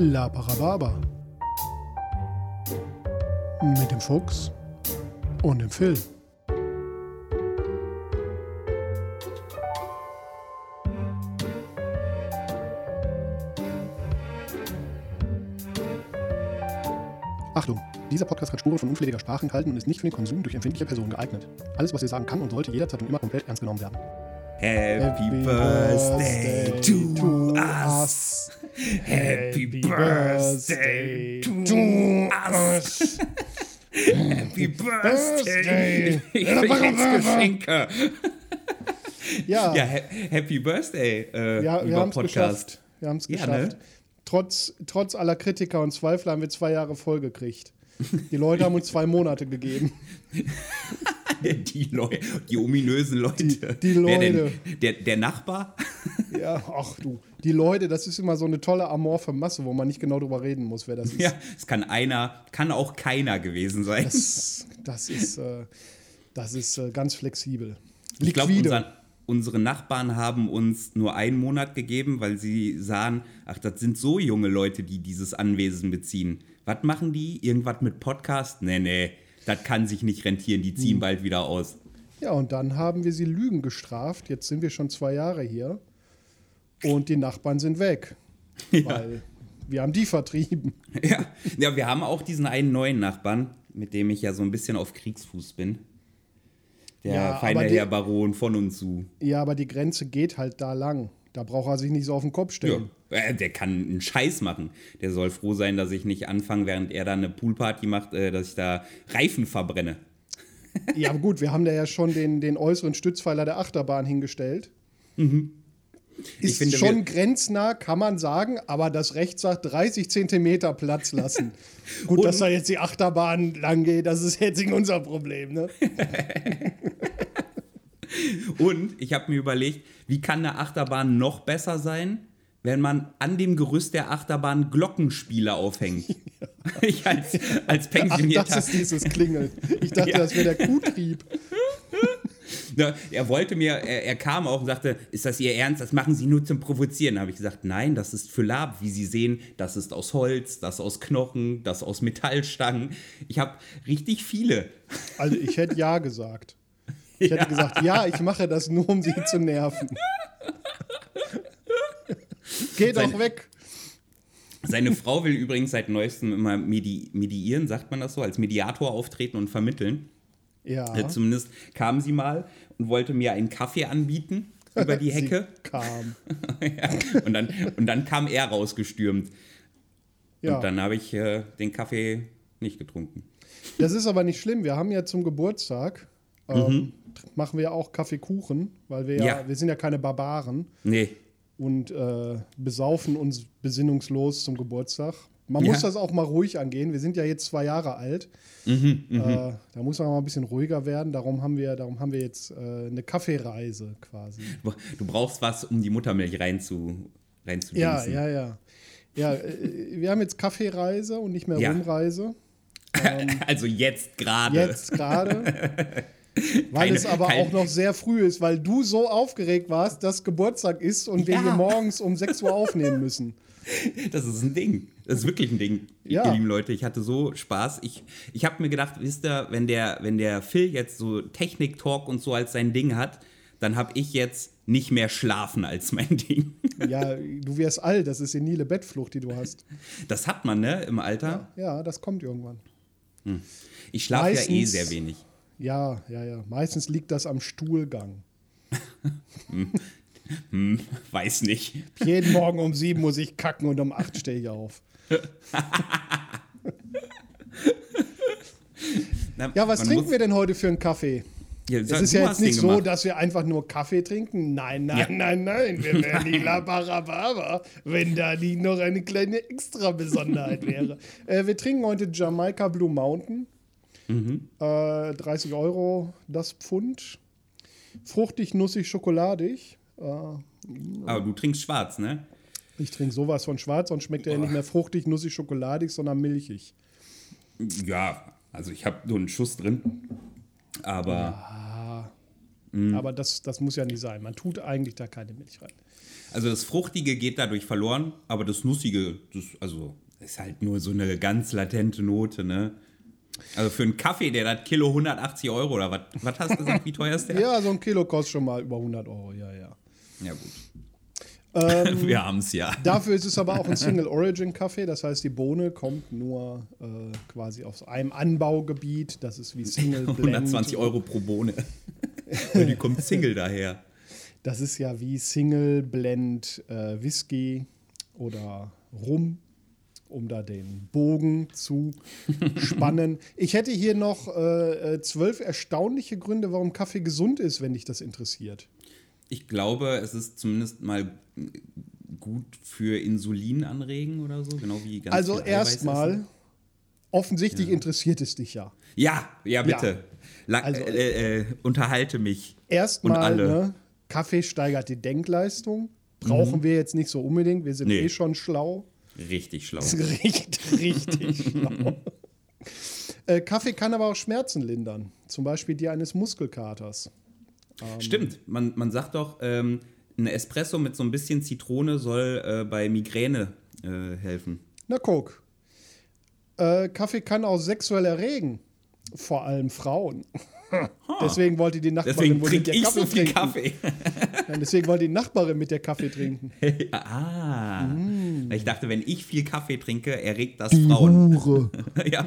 La Parababa. Mit dem Fuchs und dem Phil. Achtung, dieser Podcast hat Spuren von unflätiger Sprache enthalten und ist nicht für den Konsum durch empfindliche Personen geeignet. Alles, was ihr sagen kann und sollte, jederzeit und immer komplett ernst genommen werden. Happy Birthday to us. Happy Birthday to us. Happy Birthday. Ich krieg Geschenke. Ja, Happy Birthday, wir haben es Podcast. geschafft. Wir haben es Ja, geschafft. ne? Trotz aller Kritiker und Zweifler haben wir 2 Jahre voll gekriegt. Die Leute haben uns 2 Monate gegeben. Die ominösen Leute. Die Wer Leute. denn? Der Nachbar? Ja, ach du. Die Leute, das ist immer so eine tolle amorphe Masse, wo man nicht genau drüber reden muss, wer das ist. Ja, es kann auch keiner gewesen sein. Das ist ganz flexibel. Ich glaube, Liquide. unsere Nachbarn haben uns nur 1 Monat gegeben, weil sie sahen, ach, das sind so junge Leute, die dieses Anwesen beziehen. Was machen die? Irgendwas mit Podcast? Nee, das kann sich nicht rentieren, die ziehen bald wieder aus. Ja, und dann haben wir sie Lügen gestraft. Jetzt sind wir schon 2 Jahre hier. Und die Nachbarn sind weg. Ja. Weil wir haben die vertrieben. Ja, wir haben auch diesen einen neuen Nachbarn, mit dem ich ja so ein bisschen auf Kriegsfuß bin. Der Ja, feine aber Herr Baron von und zu. Ja, aber die Grenze geht halt da lang. Da braucht er sich nicht so auf den Kopf stellen. Ja, der kann einen Scheiß machen. Der soll froh sein, dass ich nicht anfange, während er da eine Poolparty macht, dass ich da Reifen verbrenne. Ja, aber gut, wir haben da ja schon den äußeren Stützpfeiler der Achterbahn hingestellt. Ist finde, schon grenznah, kann man sagen, aber das Recht sagt 30 Zentimeter Platz lassen. Gut, Und- dass da jetzt die Achterbahn lang geht, das ist jetzt nicht unser Problem, ne? Und ich habe mir überlegt, wie kann eine Achterbahn noch besser sein, wenn man an dem Gerüst der Achterbahn Glockenspiele aufhängt. Ich als Ach, pensionierter... das ist dieses Klingeln. Ich dachte, Ja. das wäre der Kuhtrieb. Ja, er kam auch und sagte, ist das Ihr Ernst? Das machen Sie nur zum Provozieren. Da habe ich gesagt, nein, das ist für Lab. Wie Sie sehen, das ist aus Holz, das aus Knochen, das aus Metallstangen. Ich habe richtig viele. Also ich hätte ja gesagt. Ich hätte gesagt, ja, ich mache das nur, um sie zu nerven. Geh doch weg. Seine Frau will übrigens seit neuestem immer mediieren, sagt man das so, als Mediator auftreten und vermitteln. Ja. Zumindest kam sie mal und wollte mir einen Kaffee anbieten über die Hecke. Sie kam. Ja, und dann kam er rausgestürmt. Ja. Und dann habe ich den Kaffee nicht getrunken. Das ist aber nicht schlimm. Wir haben ja zum Geburtstag, machen wir auch Kaffeekuchen, weil wir sind ja keine Barbaren Nee. und besaufen uns besinnungslos zum Geburtstag. Man muss das auch mal ruhig angehen. Wir sind ja jetzt 2 Jahre alt. Da muss man mal ein bisschen ruhiger werden. Darum haben wir jetzt eine Kaffeereise quasi. Du brauchst was, um die Muttermilch reinzudingsen. Ja. Ja, wir haben jetzt Kaffeereise und nicht mehr Ja. Rumreise. Also jetzt gerade. Jetzt gerade. Weil es aber auch noch sehr früh ist, weil du so aufgeregt warst, dass Geburtstag ist und wir Ja. hier morgens um 6 Uhr aufnehmen müssen. Das ist ein Ding. Das ist wirklich ein Ding, Ja. ihr lieben Leute. Ich hatte so Spaß. Ich habe mir gedacht, wisst ihr, wenn der Phil jetzt so Technik-Talk und so als sein Ding hat, dann habe ich jetzt nicht mehr schlafen als mein Ding. Ja, du wirst alt, das ist senile Bettflucht, die du hast. Das hat man, ne, im Alter. Ja, das kommt irgendwann. Ich schlafe ja eh Meistens- sehr wenig. Ja. Meistens liegt das am Stuhlgang. Weiß nicht. Jeden Morgen um 7 muss ich kacken und um 8 stehe ich auf. Ja, was trinken wir denn heute für einen Kaffee? Es ist ja jetzt nicht so, dass wir einfach nur Kaffee trinken. Nein. Wir wären die La Parababa, wenn da nicht noch eine kleine Extra-Besonderheit wäre. Wir trinken heute Jamaika Blue Mountain. 30 € das Pfund. Fruchtig, nussig, schokoladig. Aber du trinkst schwarz, ne? Ich trinke sowas von schwarz, sonst schmeckt er ja nicht mehr fruchtig, nussig, schokoladig, sondern milchig. Ja, also ich habe nur einen Schuss drin. Aber Aber das muss ja nicht sein. Man tut eigentlich da keine Milch rein. Also das Fruchtige geht dadurch verloren, aber das Nussige, ist halt nur so eine ganz latente Note, ne? Also für einen Kaffee, der das Kilo 180 € oder was hast du gesagt, wie teuer ist der? Ja, so ein Kilo kostet schon mal über 100 €, ja. Ja, gut. Wir haben es ja. Dafür ist es aber auch ein Single-Origin-Kaffee, das heißt, die Bohne kommt nur quasi aus einem Anbaugebiet, das ist wie Single-Blend. 120 € pro Bohne. Und die kommt Single daher. Das ist ja wie Single-Blend Whisky oder Rum, um da den Bogen zu spannen. Ich hätte hier noch 12 erstaunliche Gründe, warum Kaffee gesund ist, wenn dich das interessiert. Ich glaube, es ist zumindest mal gut für Insulin anregen oder so, genau wie ganz Also viel Eiweiß erstmal, offensichtlich interessiert es dich ja. Ja, bitte. Also, unterhalte mich. Erstmal, ne, Kaffee steigert die Denkleistung. Brauchen wir jetzt nicht so unbedingt. Wir sind schon schlau. Richtig schlau. Richtig schlau. Kaffee kann aber auch Schmerzen lindern. Zum Beispiel die eines Muskelkaters. Stimmt. Man sagt doch, ein Espresso mit so ein bisschen Zitrone soll bei Migräne helfen. Na guck. Kaffee kann auch sexuell erregen. Vor allem Frauen. Deswegen wollte die Nachbarin wohl mit der Kaffee so viel Kaffee. Ja, deswegen wollte die Nachbarin mit der Kaffee trinken. Ich dachte, wenn ich viel Kaffee trinke, erregt das Frauen. Hure. Ja.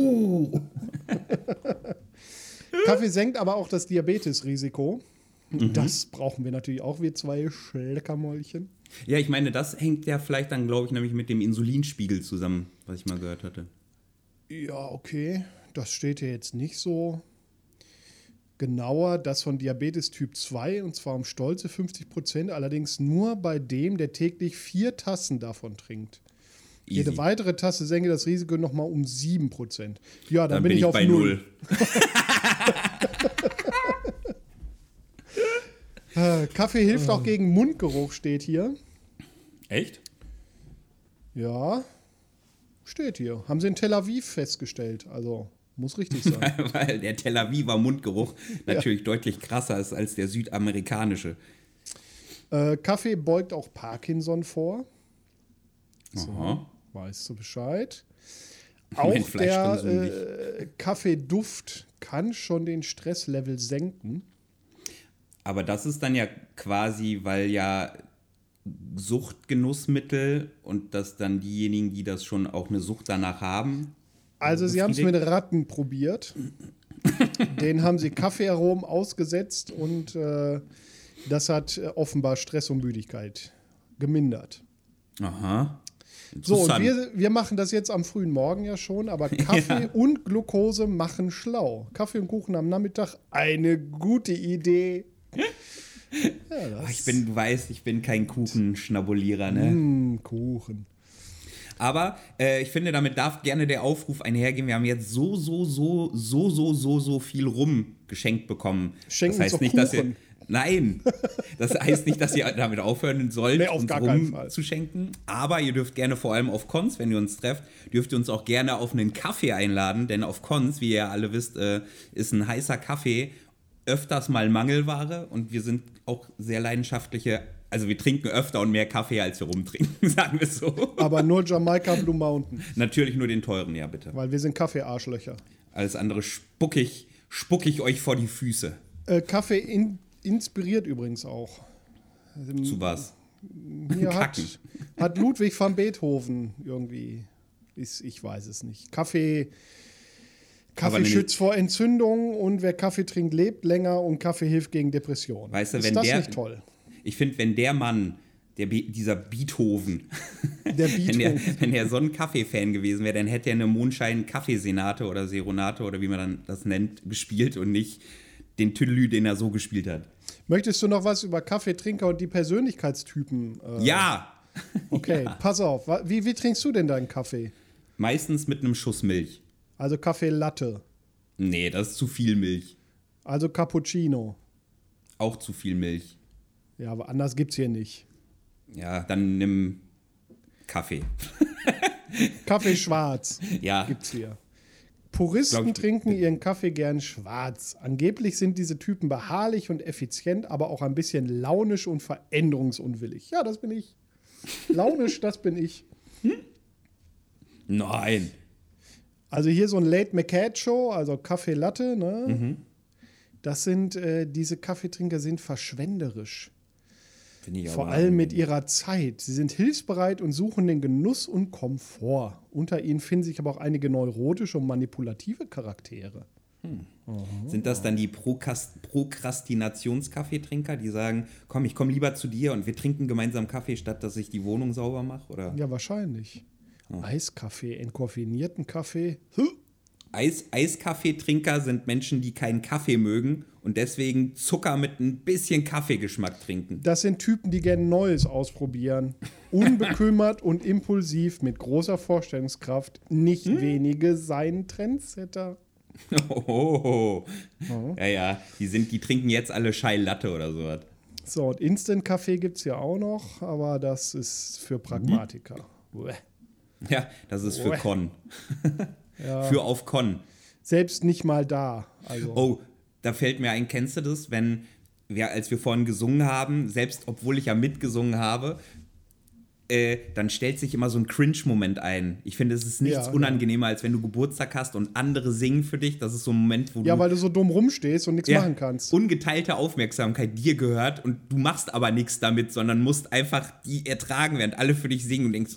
Kaffee senkt aber auch das Diabetesrisiko. Das brauchen wir natürlich auch, wir zwei Schleckermäulchen. Ja, ich meine, das hängt ja vielleicht dann, glaube ich, nämlich mit dem Insulinspiegel zusammen, was ich mal gehört hatte. Ja, okay. Das steht hier jetzt nicht so genauer. Das von Diabetes Typ 2, und zwar um stolze 50%, allerdings nur bei dem, der täglich 4 Tassen davon trinkt. Easy. Jede weitere Tasse senke das Risiko nochmal um 7%. Ja, dann bin ich auf bei 0. Kaffee hilft auch gegen Mundgeruch, steht hier. Echt? Ja, steht hier. Haben sie in Tel Aviv festgestellt. Also muss richtig sein. Weil der Tel Aviver Mundgeruch natürlich deutlich krasser ist als der südamerikanische. Kaffee beugt auch Parkinson vor. So, weißt du Bescheid. Auch der Kaffeeduft kann schon den Stresslevel senken. Aber das ist dann ja quasi, weil ja Suchtgenussmittel und dass dann diejenigen, die das schon auch eine Sucht danach haben. Also sie haben es mit Ratten probiert. Denen haben sie Kaffeearomen ausgesetzt und das hat offenbar Stress und Müdigkeit gemindert. Aha. So, und wir machen das jetzt am frühen Morgen ja schon, aber Kaffee und Glucose machen schlau. Kaffee und Kuchen am Nachmittag, eine gute Idee. Ja, du weißt, ich bin kein Kuchenschnabulierer, ne? Kuchen. Aber ich finde, damit darf gerne der Aufruf einhergehen. Wir haben jetzt so viel Rum geschenkt bekommen. Schenken das heißt nicht, Kuchen. Dass ihr. Nein, das heißt nicht, dass ihr damit aufhören sollt, auf uns gar Rum keinen Fall zu schenken. Aber ihr dürft gerne, vor allem auf Cons, wenn ihr uns trefft, dürft ihr uns auch gerne auf einen Kaffee einladen. Denn auf Cons, wie ihr alle wisst, ist ein heißer Kaffee öfters mal Mangelware. Und wir sind auch sehr leidenschaftliche, also wir trinken öfter und mehr Kaffee, als wir rumtrinken, sagen wir so. Aber nur Jamaika Blue Mountain. Natürlich nur den teuren, ja bitte. Weil wir sind Kaffee-Arschlöcher. Alles andere spuck ich euch vor die Füße. Kaffee inspiriert übrigens auch. Zu was? Hier hat Ludwig van Beethoven irgendwie, ich weiß es nicht. Kaffee schützt vor Entzündungen und wer Kaffee trinkt, lebt länger und Kaffee hilft gegen Depressionen. Weißt du, ist das nicht toll? Ich finde, wenn der Mann, dieser Beethoven, wenn er so ein Kaffee-Fan gewesen wäre, dann hätte er eine Mondschein-Kaffeesenate oder Serenate oder wie man dann das nennt, gespielt und nicht den Tüdelü, den er so gespielt hat. Möchtest du noch was über Kaffeetrinker und die Persönlichkeitstypen? Ja! Okay, ja. Pass auf. Wie trinkst du denn deinen Kaffee? Meistens mit einem Schuss Milch. Also Kaffee Latte? Nee, das ist zu viel Milch. Also Cappuccino? Auch zu viel Milch. Ja, aber anders gibt's hier nicht. Ja, dann nimm Kaffee. Kaffee schwarz. Ja. Gibt's hier. Puristen trinken ihren Kaffee gern schwarz. Angeblich sind diese Typen beharrlich und effizient, aber auch ein bisschen launisch und veränderungsunwillig. Ja, das bin ich. Launisch, das bin ich. Nein. Also hier so ein Late Macchiato, also Kaffee Latte, ne? Das sind, diese Kaffeetrinker sind verschwenderisch. Vor allem mit ihrer Zeit. Sie sind hilfsbereit und suchen den Genuss und Komfort. Unter ihnen finden sich aber auch einige neurotische und manipulative Charaktere. Sind das dann die Prokrastinationskaffeetrinker, die sagen, komm, ich komme lieber zu dir und wir trinken gemeinsam Kaffee, statt dass ich die Wohnung sauber mache? Oder? Ja, wahrscheinlich. Eiskaffee, entkoffinierten Kaffee. Eiskaffeetrinker sind Menschen, die keinen Kaffee mögen und deswegen Zucker mit ein bisschen Kaffeegeschmack trinken. Das sind Typen, die gerne Neues ausprobieren. Unbekümmert und impulsiv, mit großer Vorstellungskraft. Nicht wenige seien Trendsetter. Ja, die trinken jetzt alle Chai Latte oder sowas. So, und Instant-Kaffee gibt es ja auch noch, aber das ist für Pragmatiker. Ja, das ist für Con. Ja. Für auf Con. Selbst nicht mal da. Also. Oh, da fällt mir ein, kennst du das, als wir vorhin gesungen haben, selbst obwohl ich ja mitgesungen habe, dann stellt sich immer so ein Cringe-Moment ein. Ich finde, es ist nichts unangenehmer, als wenn du Geburtstag hast und andere singen für dich. Das ist so ein Moment, wo du... Ja, weil du so dumm rumstehst und nichts machen kannst. Ungeteilte Aufmerksamkeit dir gehört und du machst aber nichts damit, sondern musst einfach die ertragen, während alle für dich singen und denkst,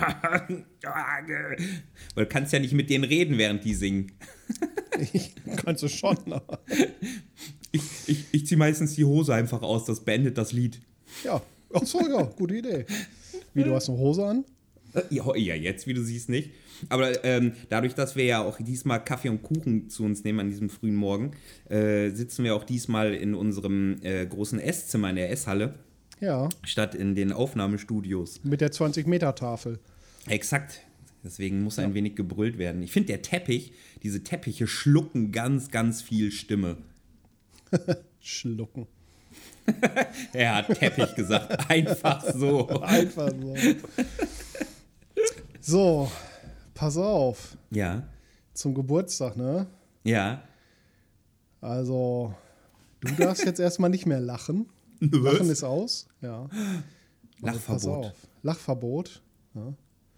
weil du kannst ja nicht mit denen reden, während die singen. Kannst du schon, aber... Ich ziehe meistens die Hose einfach aus, das beendet das Lied. Ja, ach so, ja, gute Idee. Wie, du hast eine Hose an? Ja, jetzt, wie du siehst, nicht. Aber dadurch, dass wir ja auch diesmal Kaffee und Kuchen zu uns nehmen an diesem frühen Morgen, sitzen wir auch diesmal in unserem großen Esszimmer in der Esshalle. Ja. Statt in den Aufnahmestudios. Mit der 20-Meter-Tafel. Exakt. Deswegen muss ein wenig gebrüllt werden. Ich finde, diese Teppiche schlucken ganz, ganz viel Stimme. Schlucken. Er hat Teppich gesagt. Einfach so. Einfach so. So, pass auf. Ja. Zum Geburtstag, ne? Ja. Also, du darfst jetzt erstmal nicht mehr lachen. Was? Lachen ist aus. Ja. Lachverbot. Pass auf. Lachverbot. Ja.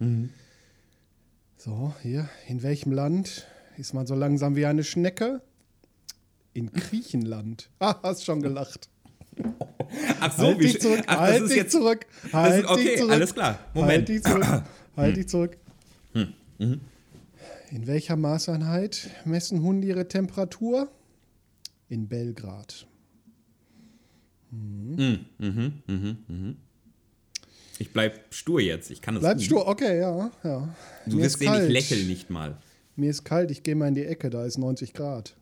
So, hier. In welchem Land ist man so langsam wie eine Schnecke? In Griechenland. Ah, hast schon gelacht. Ach so, halt dich zurück, halt dich zurück. Okay, alles klar. Moment. Halt dich zurück. In welcher Maßeinheit messen Hunde ihre Temperatur? In Belgrad. Ich bleib stur jetzt. Ich kann es Bleib stur, okay, ja. Du wirst sehen, ich lächle nicht mal. Mir ist kalt, ich gehe mal in die Ecke, da ist 90 Grad.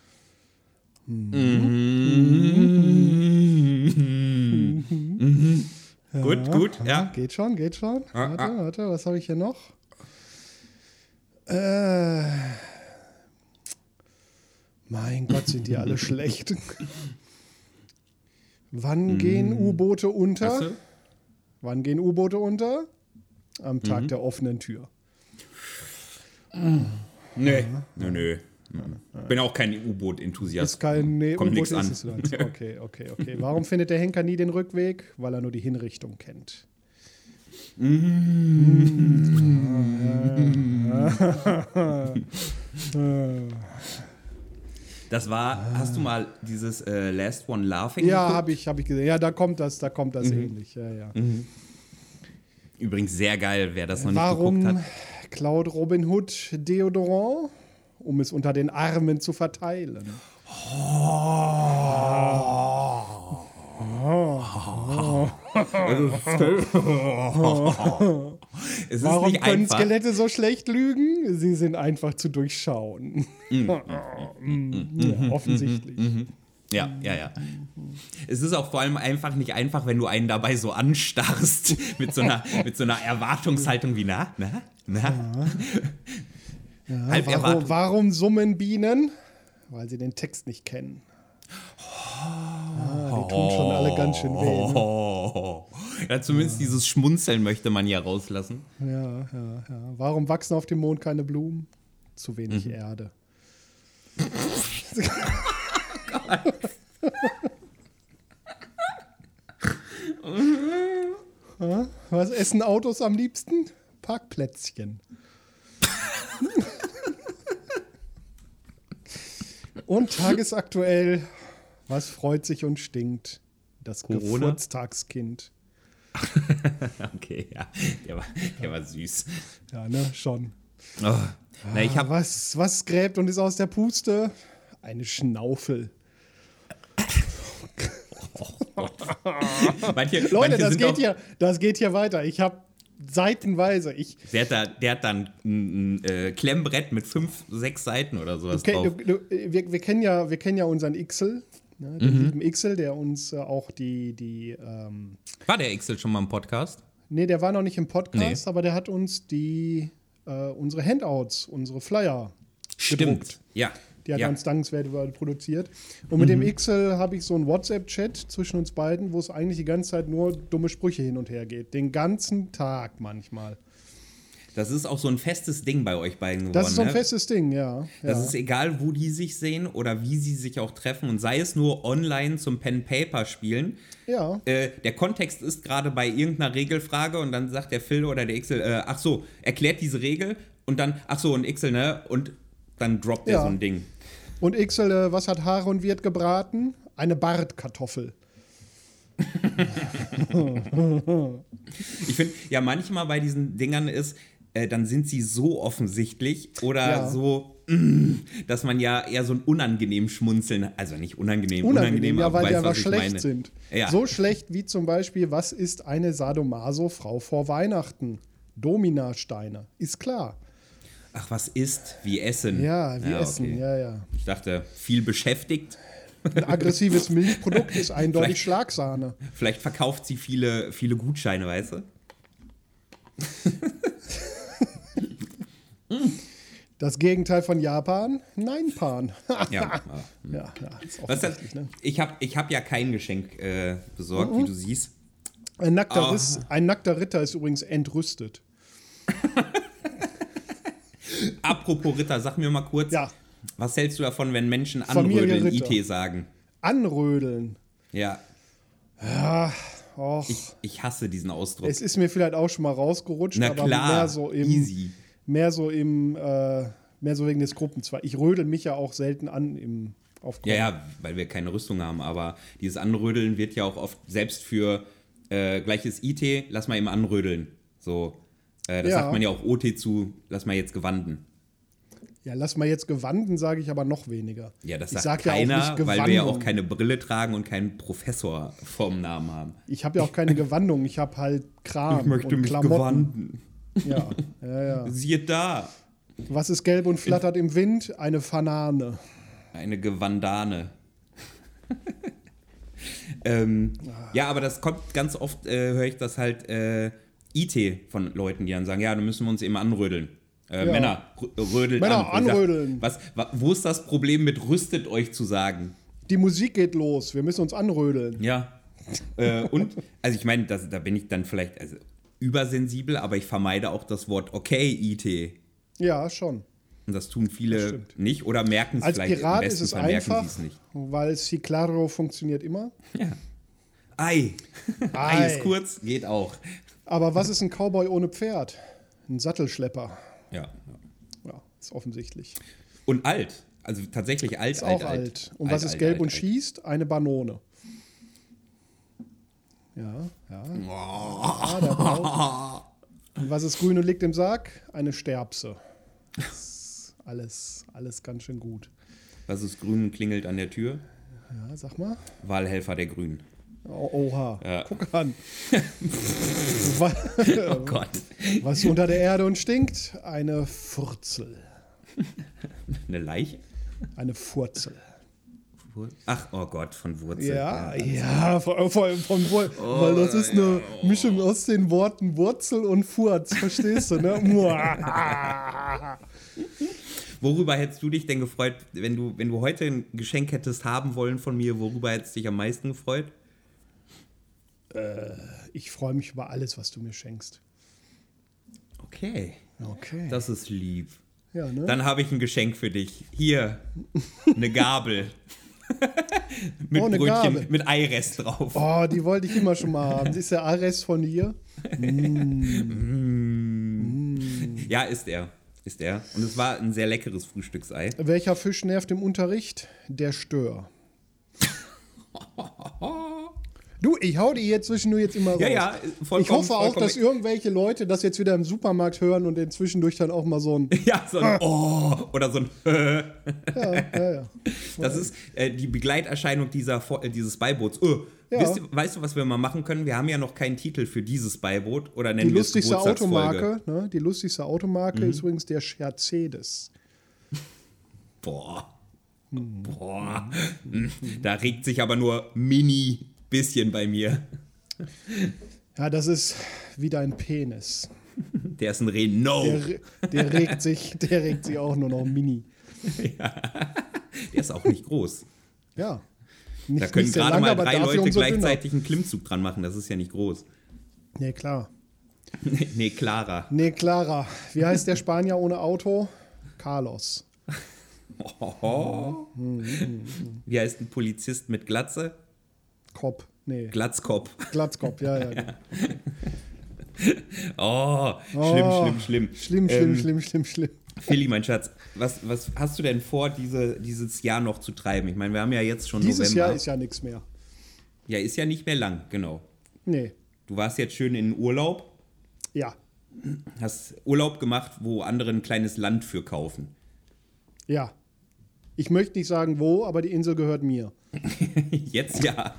Gut, ja. Geht schon. Warte, was habe ich hier noch? Mein Gott, sind die alle schlecht. Wann gehen U-Boote unter? Wann gehen U-Boote unter? Am Tag der offenen Tür. Nö. Bin auch kein U-Boot-Enthusiast. Ist kein Kommt nichts an. Okay. Warum findet der Henker nie den Rückweg? Weil er nur die Hinrichtung kennt. Das war, hast du mal dieses Last One Laughing geguckt? Ja, habe ich gesehen. Ja, da kommt das ähnlich. Ja. Übrigens sehr geil, wer das noch nicht geguckt hat. Warum klaut Robin Hood Deodorant? Um es unter den Armen zu verteilen. Es Warum können Skelette so schlecht lügen? Sie sind einfach zu durchschauen. Offensichtlich. Ja. Es ist auch vor allem nicht einfach, wenn du einen dabei so anstarrst mit so einer Erwartungshaltung wie na? Ja, warum summen Bienen? Weil sie den Text nicht kennen. Die tun schon alle ganz schön weh. Ne? Ja, zumindest dieses Schmunzeln möchte man ja rauslassen. Ja. Warum wachsen auf dem Mond keine Blumen? zu wenig Erde. Was essen Autos am liebsten? Parkplätzchen. Und tagesaktuell, was freut sich und stinkt? Das Geburtstagskind. Okay, ja, der war süß. Ja, ne, schon. Oh. Na, was gräbt und ist aus der Puste? Eine Schnaufel. Leute, das geht hier weiter. Ich habe seitenweise. Der hat dann ein Klemmbrett mit 5, 6 Seiten oder sowas drauf. Wir kennen ja unseren Ixel. Ne, den lieben Ixel, der uns auch die War der Ixel schon mal im Podcast? Nee, der war noch nicht im Podcast, aber der hat uns unsere Handouts, unsere Flyer gedruckt. Ja. Die hat ganz dankenswert produziert. Und mit dem Ixel habe ich so einen WhatsApp-Chat zwischen uns beiden, wo es eigentlich die ganze Zeit nur dumme Sprüche hin und her geht. Den ganzen Tag manchmal. Das ist auch so ein festes Ding bei euch beiden geworden. Das ist so ein festes Ding, ja. Das ist egal, wo die sich sehen oder wie sie sich auch treffen. Und sei es nur online zum Pen-Paper-Spielen. Ja. Der Kontext ist gerade bei irgendeiner Regelfrage und dann sagt der Phil oder der Ixel, ach so, erklärt diese Regel und dann, ach so, und Ixel, ne? Und dann droppt er so ein Ding. Und Ixel, was hat Haare und wird gebraten? Eine Bartkartoffel. Ich finde, ja, manchmal bei diesen Dingern ist, dann sind sie so offensichtlich oder so, dass man ja eher so ein unangenehm schmunzeln, also nicht unangenehm, ja, weil weiß, die aber was ich schlecht meine. sind. Ja. So schlecht wie zum Beispiel, was ist eine Sadomaso-Frau vor Weihnachten? Dominasteine, ist klar. Ach, was ist? Wie Essen. Ja, wie Essen, okay. ja. Ich dachte, viel beschäftigt. Ein aggressives Milchprodukt ist eindeutig Schlagsahne. Vielleicht verkauft sie viele Gutscheine, weißt du? Das Gegenteil von Japan? Nein, Pan. Ja, ist offensichtlich, ne? Ich hab ja kein Geschenk besorgt, wie du siehst. Ein nackter Ritter ist übrigens entrüstet. Apropos Ritter, sag mir mal kurz, was hältst du davon, wenn Menschen Familie anrödeln, IT sagen? Anrödeln? Ja. Ja, och. Ich hasse diesen Ausdruck. Es ist mir vielleicht auch schon mal rausgerutscht, aber easy. Mehr so wegen des Gruppenzweigs. Ich rödel mich ja auch selten an auf Gruppen. Ja, weil wir keine Rüstung haben, aber dieses Anrödeln wird ja auch oft, selbst für gleiches IT, lass mal eben anrödeln. So, das sagt man ja auch OT zu, lass mal jetzt gewanden. Ja, lass mal jetzt gewanden, sage ich aber noch weniger. Ja, das sagt keiner, weil wir ja auch keine Brille tragen und keinen Professor vorm Namen haben. Ich habe ja auch keine Gewandung, ich habe halt Kram. Ich möchte und mich Klamotten. gewanden. Ja. Siehe da. Was ist gelb und flattert im Wind? Eine Fanane. Eine Gewandane. Ja, aber das kommt ganz oft, höre ich das halt IT von Leuten, die dann sagen, ja, dann müssen wir uns eben anrödeln. Männer, rödelt Männer an. anrödeln. Wo ist das Problem mit rüstet euch zu sagen? Die Musik geht los, wir müssen uns anrödeln. Ja. Und, also ich meine, da bin ich dann vielleicht übersensibel, aber ich vermeide auch das Wort okay, IT. Ja, schon. Und das tun viele nicht oder merken es vielleicht. Als Pirat ist es einfach, weil Si Claro funktioniert immer. Ja. Ei ist kurz, geht auch. Aber was ist ein Cowboy ohne Pferd? Ein Sattelschlepper. Ja, ist offensichtlich. Und alt. Also tatsächlich alt. Ist auch alt. Und was ist gelb und schießt? Eine Banone. Ja. Der Bauch. Und was ist grün und liegt im Sarg? Eine Sterbse. Alles ganz schön gut. Was ist grün und klingelt an der Tür? Ja, sag mal. Wahlhelfer der Grünen. Oha, ja. Guck an. Oh Gott. Was unter der Erde und stinkt? Eine Furzel. Eine Leiche? Eine Furzel. Ach, oh Gott, von Wurzel. Ja, von Wurzel. Weil das ist eine Mischung aus den Worten Wurzel und Furz, verstehst du, ne? Worüber hättest du dich denn gefreut, wenn du heute ein Geschenk hättest haben wollen von mir, worüber hättest du dich am meisten gefreut? Ich freue mich über alles, was du mir schenkst. Okay. Das ist lieb. Ja, ne? Dann habe ich ein Geschenk für dich. Hier, eine Gabel. Mit eine Brötchen, Gabel. mit Eirest drauf. Oh, die wollte ich immer schon mal haben. Das ist der Eirest von dir? Ja, ist er. Und es war ein sehr leckeres Frühstücksei. Welcher Fisch nervt im Unterricht? Der Stör. Du, ich hau die jetzt zwischendurch jetzt immer raus. Ja, vollkommen. Ich hoffe auch, dass irgendwelche Leute das jetzt wieder im Supermarkt hören und dann zwischendurch dann auch mal so ein... Ja, so ein Oh oder so ein Ja. Das ist die Begleiterscheinung dieses Beiboots. Ja. Weißt du, was wir mal machen können? Wir haben ja noch keinen Titel für dieses Beiboot oder Die nennen wir es lustigste Geburtstagsfolge. Automarke, ne? Die lustigste Automarke ist übrigens der Mercedes. Boah. Da regt sich aber nur mini bisschen bei mir. Ja, das ist wie dein Penis. Der ist ein Renault. Der regt sich auch nur noch mini. Ja. Der ist auch nicht groß. Ja. Da können gerade mal 3 Leute gleichzeitig einen Klimmzug dran machen. Das ist ja nicht groß. Nee, klar. Nee, Clara. Wie heißt der Spanier ohne Auto? Carlos. Wie heißt ein Polizist mit Glatze? Kopf. Nee. Glatzkopf. Glatzkopf, ja. Genau. Schlimm. Schlimm. Philly, mein Schatz, was hast du denn vor, dieses Jahr noch zu treiben? Ich meine, wir haben ja jetzt schon Dieses November. Jahr ist ja nichts mehr. Ja, ist ja nicht mehr lang, genau. Nee. Du warst jetzt schön in Urlaub. Ja. Hast Urlaub gemacht, wo andere ein kleines Land für kaufen. Ja. Ich möchte nicht sagen wo, aber die Insel gehört mir. Jetzt ja.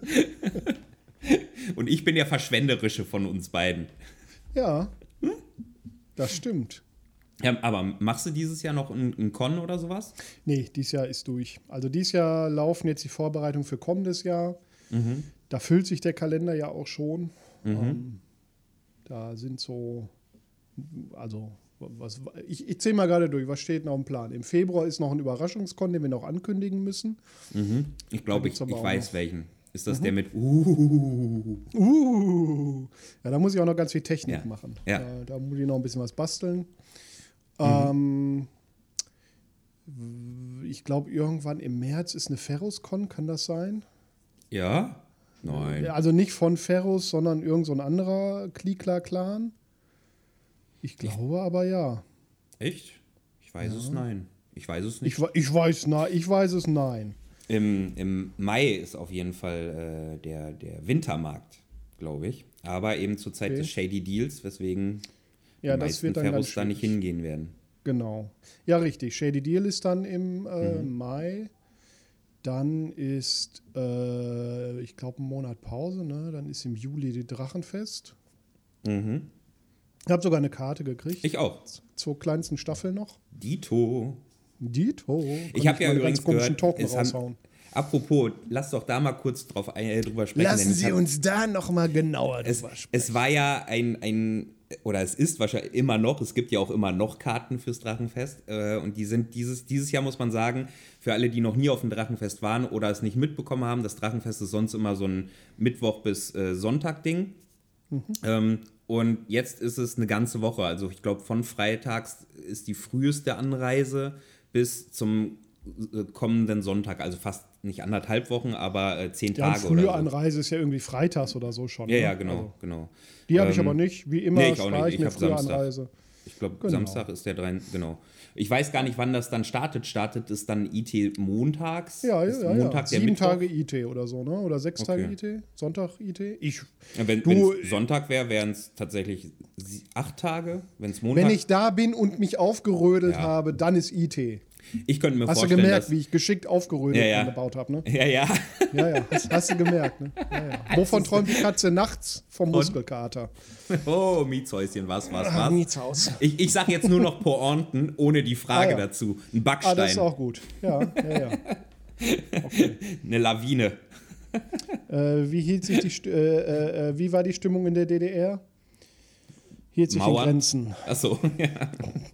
Und ich bin der Verschwenderische von uns beiden. Ja. Das stimmt. Ja, aber machst du dieses Jahr noch ein Con oder sowas? Nee, dieses Jahr ist durch. Also dieses Jahr laufen jetzt die Vorbereitungen für kommendes Jahr. Mhm. Da füllt sich der Kalender ja auch schon. Mhm. Da sind so, also ich zähle mal gerade durch, was steht noch im Plan? Im Februar ist noch ein Überraschungskon, den wir noch ankündigen müssen. Mhm. Ich glaube, ich weiß welchen. Ist das der mit Ja, da muss ich auch noch ganz viel Technik machen. Ja. Da muss ich noch ein bisschen was basteln. Ich glaube, irgendwann im März ist eine Ferrous-Con, kann das sein? Ja? Nein. Also nicht von Ferrous, sondern irgend so ein anderer Klikla-Clan. Ich glaube aber ja. Echt? Ich weiß es nein. Ich weiß es nicht. Ich weiß es nein. Im Mai ist auf jeden Fall der Wintermarkt, glaube ich. Aber eben zur Zeit des Shady Deals, weswegen die meisten Ferros da nicht hingehen werden. Genau. Ja, richtig. Shady Deal ist dann im Mai. Dann ist, ich glaube, ein Monat Pause. Ne? Dann ist im Juli die Drachenfest. Mhm. Ich habe sogar eine Karte gekriegt. Ich auch. Zur kleinsten Staffel noch. Dito. Ich habe ja übrigens gehört, Token raushauen. Apropos, lass doch da mal kurz drüber sprechen. Lassen Sie uns da noch mal genauer drüber sprechen. Es war ja oder es ist wahrscheinlich immer noch, es gibt ja auch immer noch Karten fürs Drachenfest und die sind dieses Jahr, muss man sagen, für alle, die noch nie auf dem Drachenfest waren oder es nicht mitbekommen haben, das Drachenfest ist sonst immer so ein Mittwoch bis Sonntag-Ding. Und jetzt ist es eine ganze Woche, also ich glaube von freitags ist die früheste Anreise bis zum kommenden Sonntag, also fast nicht 1,5 Wochen, aber 10 Tage oder so. Frühe Anreise ist ja irgendwie freitags oder so schon. Ja, ne? genau. Die habe ich aber nicht, wie immer ich auch nicht. Ich habe Anreise. Ich glaube, Samstag ist der 3. Genau. Ich weiß gar nicht, wann das dann startet. Startet es dann IT montags? Ja. Montag, der 7 Mittwoch? Tage IT oder so, ne? Oder 6 Tage IT? Sonntag IT? Wenn es Sonntag wäre, wären es tatsächlich 8 Tage. Wenn's Montag, wenn ich da bin und mich aufgerödelt habe, dann ist IT. Ich könnte mir vorstellen, Hast du gemerkt, wie ich geschickt aufgerödelt gebaut habe, ne? Ja. Ja. Hast du gemerkt, ne? Ja. Wovon träumt die Katze nachts? Vom Muskelkater. Oh, Mietshäuschen, was? Mietshaus. Ich sage jetzt nur noch Pointen, ohne die Frage dazu. Ein Backstein. Das ist auch gut. Ja. Okay. Eine Lawine. Wie war die Stimmung in der DDR? Hielt sich Mauern. in Grenzen. Achso, ja.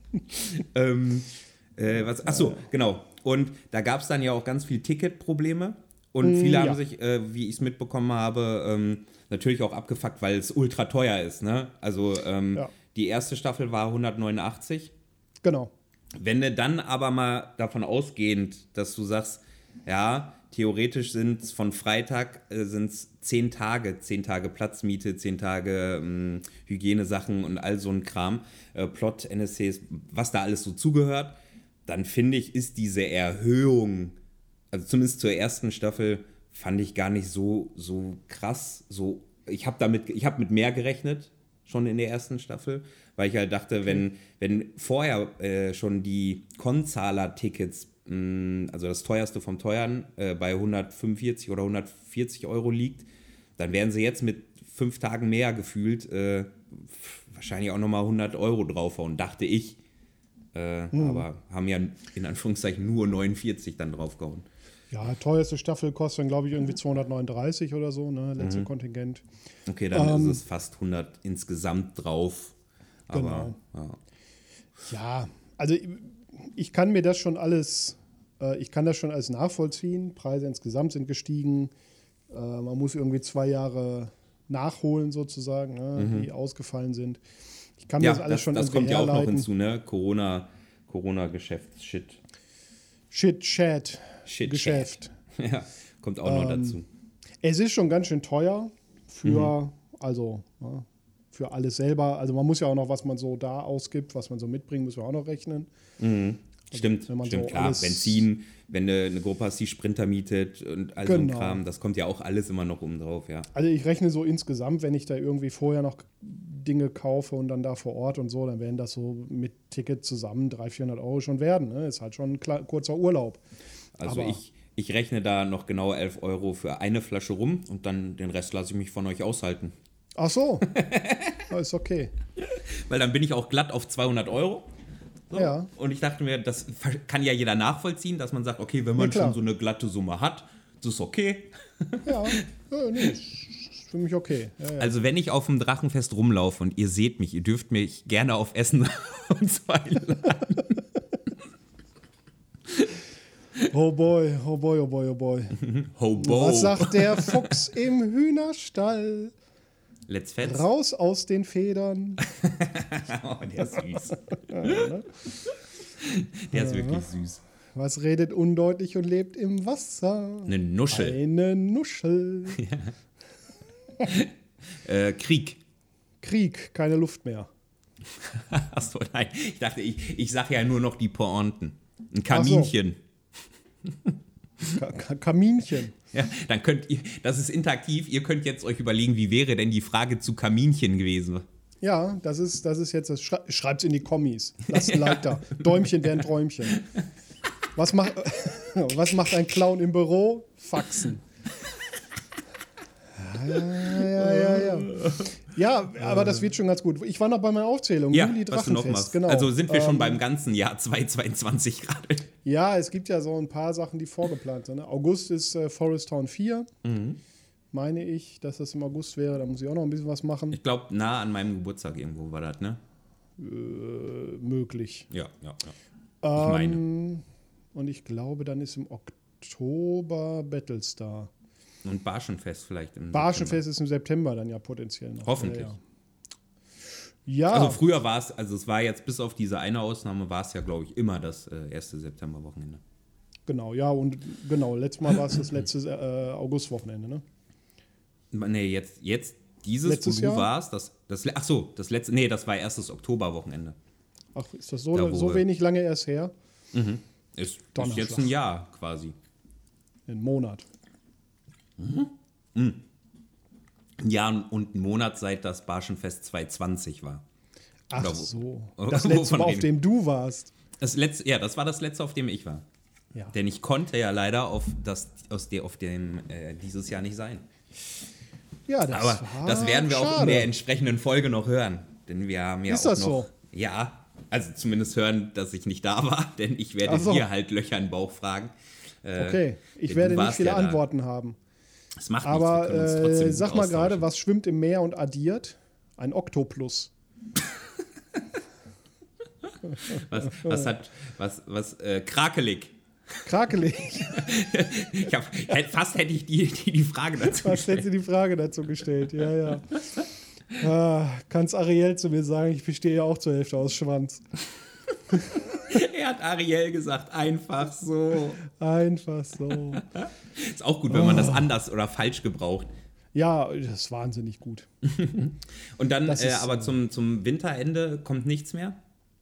Genau. Und da gab es dann ja auch ganz viel Ticketprobleme. Und viele haben sich, wie ich es mitbekommen habe, natürlich auch abgefuckt, weil es ultra teuer ist. Ne? Also die erste Staffel war 189. Genau. Wenn du dann aber mal davon ausgehend, dass du sagst, ja, theoretisch sind es von Freitag 10 Tage Platzmiete, 10 Tage Hygienesachen und all so ein Kram, Plot, NSCs, was da alles so zugehört, dann finde ich, ist diese Erhöhung, also zumindest zur ersten Staffel, fand ich gar nicht so krass. Ich habe mit mehr gerechnet, schon in der ersten Staffel, weil ich halt dachte, wenn vorher schon die Konzahler-Tickets, also das teuerste vom Teuren, bei 145 oder 140 Euro liegt, dann wären sie jetzt mit 5 Tagen mehr gefühlt wahrscheinlich auch nochmal 100 Euro draufhauen, dachte ich. Aber haben ja in Anführungszeichen nur 49 dann draufgehauen. Ja, teuerste Staffel kostet dann, glaube ich, irgendwie 239 oder so, ne? Letzte Kontingent. Okay, dann ist es fast 100 insgesamt drauf. Aber, genau. Ja, also ich kann mir das schon alles, nachvollziehen. Preise insgesamt sind gestiegen. Man muss irgendwie 2 Jahre nachholen sozusagen, ne, die ausgefallen sind. Ich kann mir das alles schon das kommt ja auch noch hinzu, ne? Corona-Geschäft, Geschäft. Ja, kommt auch noch dazu. Es ist schon ganz schön teuer für alles selber. Also man muss ja auch noch, was man so da ausgibt, was man so mitbringt, müssen wir auch noch rechnen. Mhm. Stimmt, klar. Benzin, wenn du eine Gruppe hast, die Sprinter mietet und all so ein Kram, das kommt ja auch alles immer noch oben drauf, ja. Also ich rechne so insgesamt, wenn ich da irgendwie vorher noch Dinge kaufe und dann da vor Ort und so, dann werden das so mit Ticket zusammen 300-400 Euro schon werden. Ne? Ist halt schon ein kurzer Urlaub. Also ich rechne da noch genau 11 Euro für eine Flasche rum und dann den Rest lasse ich mich von euch aushalten. Ach so, ist okay. Weil dann bin ich auch glatt auf 200 Euro. So. Ja. Und ich dachte mir, das kann ja jeder nachvollziehen, dass man sagt, okay, wenn man schon so eine glatte Summe hat, das ist okay. Ja, nee, ist für mich okay. Ja. Also wenn ich auf dem Drachenfest rumlaufe und ihr seht mich, ihr dürft mich gerne auf Essen und so einladen. Oh boy, oh boy, oh boy, oh boy. Hobo. Was sagt der Fuchs im Hühnerstall? Let's fetz. Raus aus den Federn. Oh, der ist süß. Der ist wirklich süß. Was redet undeutlich und lebt im Wasser? Eine Nuschel. Eine Nuschel. Ja. Krieg, keine Luft mehr. Achso, nein. Ich dachte, ich sage ja nur noch die Pointen. Ein Kaminchen. Kaminchen. Ja, dann könnt ihr, das ist interaktiv, ihr könnt jetzt euch überlegen, wie wäre denn die Frage zu Kaminchen gewesen? Ja, das ist jetzt das. Schreibt's in die Kommis. Lasst ein Like da. Däumchen wären Träumchen. Was macht ein Clown im Büro? Faxen. Ja. Ja, aber das wird schon ganz gut. Ich war noch bei meiner Aufzählung. Ja, Juli was du noch machst. Genau. Also sind wir schon beim ganzen Jahr 2022 gerade. Ja, es gibt ja so ein paar Sachen, die vorgeplant sind. Ne? August ist Forest Town 4. Meine ich, dass das im August wäre. Da muss ich auch noch ein bisschen was machen. Ich glaube, nah an meinem Geburtstag irgendwo war das, ne? Möglich. Ja. Ich meine. Und ich glaube, dann ist im Oktober Battlestar. Und Barschenfest vielleicht im September. Ist im September dann ja potenziell noch. Hoffentlich. Ja. Also früher war es war jetzt bis auf diese eine Ausnahme, war es ja, glaube ich, immer das erste Septemberwochenende. Genau, ja, und genau, letztes Mal war es das letzte Augustwochenende, ne? Nee, jetzt dieses, letztes wo du Jahr? warst, das war erst das Oktoberwochenende. Ach, ist das so wenig lange erst her? Mhm. Ist jetzt ein Jahr quasi. Ein Monat. Ein Jahr und ein Monat, seit das Barschenfest 2020 war. Ach so. Das letzte Mal, auf dem du warst. Das war das letzte, auf dem ich war. Ja. Denn ich konnte ja leider auf dem dieses Jahr nicht sein. Ja, aber das werden wir auch in der entsprechenden Folge noch hören. Denn wir haben ja ist auch das noch. So? Ja, also zumindest hören, dass ich nicht da war, denn ich werde dir halt Löcher in den Bauch fragen. Okay, ich werde nicht viele Antworten haben. Das macht nichts, wir können uns trotzdem gut sag mal austauschen. gerade, was schwimmt im Meer und addiert? Ein Oktoplus. Krakelig. Krakelig. Fast hätte ich die Frage dazu gestellt. Fast hätte sie die Frage dazu gestellt, ja. Kann's Ariel zu mir sagen, ich bestehe ja auch zur Hälfte aus Schwanz. Er hat Ariel gesagt, einfach so. Einfach so. Ist auch gut, wenn man das anders oder falsch gebraucht. Ja, das ist wahnsinnig gut. Und dann, aber zum Winterende kommt nichts mehr?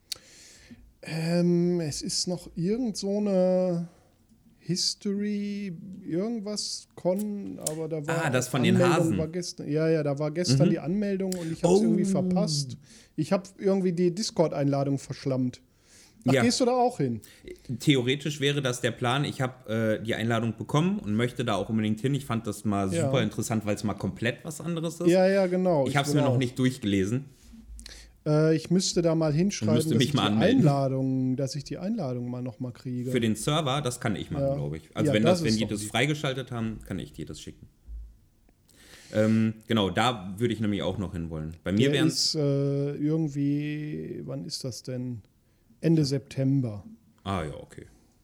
Es ist noch irgend so eine History, irgendwas Con, aber da war das von den Hasen. War gestern, ja, da war gestern die Anmeldung und ich habe es irgendwie verpasst. Ich habe irgendwie die Discord-Einladung verschlammt. Ach, gehst du da auch hin? Theoretisch wäre das der Plan. Ich habe die Einladung bekommen und möchte da auch unbedingt hin. Ich fand das mal super interessant, weil es mal komplett was anderes ist. Ja, genau. Ich habe es mir noch nicht durchgelesen. Ich müsste da mal hinschreiben, dass ich die Einladung mal noch mal kriege. Für den Server, das kann ich machen, glaube ich. Also wenn die das freigeschaltet haben, kann ich dir das schicken. Genau, da würde ich nämlich auch noch hinwollen. Bei mir wären es irgendwie, wann ist das denn? Ende September. Ah ja, okay.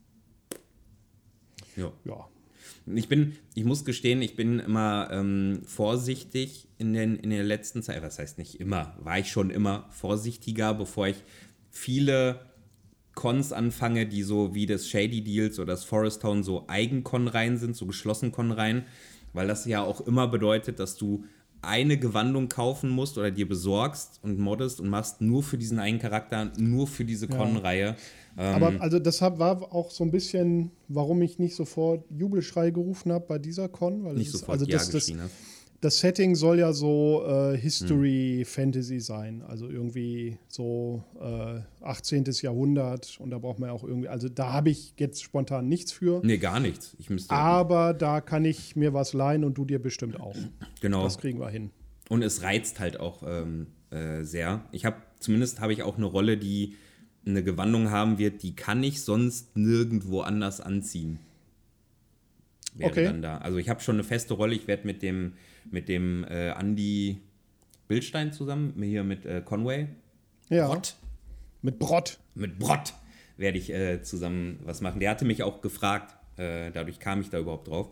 Ja. Ich muss gestehen, ich bin immer vorsichtig in der letzten Zeit. Was heißt nicht immer? War ich schon immer vorsichtiger, bevor ich viele Cons anfange, die so wie das Shady Deals oder das Forest Town so Eigen-Con-Reihen sind, so geschlossen Con-Reihen, weil das ja auch immer bedeutet, dass du eine Gewandung kaufen musst oder dir besorgst und moddest und machst nur für diesen einen Charakter, nur für diese Con-Reihe. Aber also deshalb war auch so ein bisschen, warum ich nicht sofort Jubelschrei gerufen habe bei dieser Con. Weil nicht sofort geschrien hast. Das Setting soll ja so History-Fantasy sein. Also irgendwie so 18. Jahrhundert. Und da braucht man ja auch irgendwie, also da habe ich jetzt spontan nichts für. Nee, gar nichts. Aber da kann ich mir was leihen und du dir bestimmt auch. Genau. Das kriegen wir hin. Und es reizt halt auch sehr. Zumindest habe ich auch eine Rolle, die eine Gewandung haben wird, die kann ich sonst nirgendwo anders anziehen. Wäre dann da. Also ich habe schon eine feste Rolle. Ich werde mit dem Andy Bildstein zusammen, hier mit Conway. Ja. Brott. Mit Brott. Mit Brott werde ich zusammen was machen. Der hatte mich auch gefragt. Dadurch kam ich da überhaupt drauf.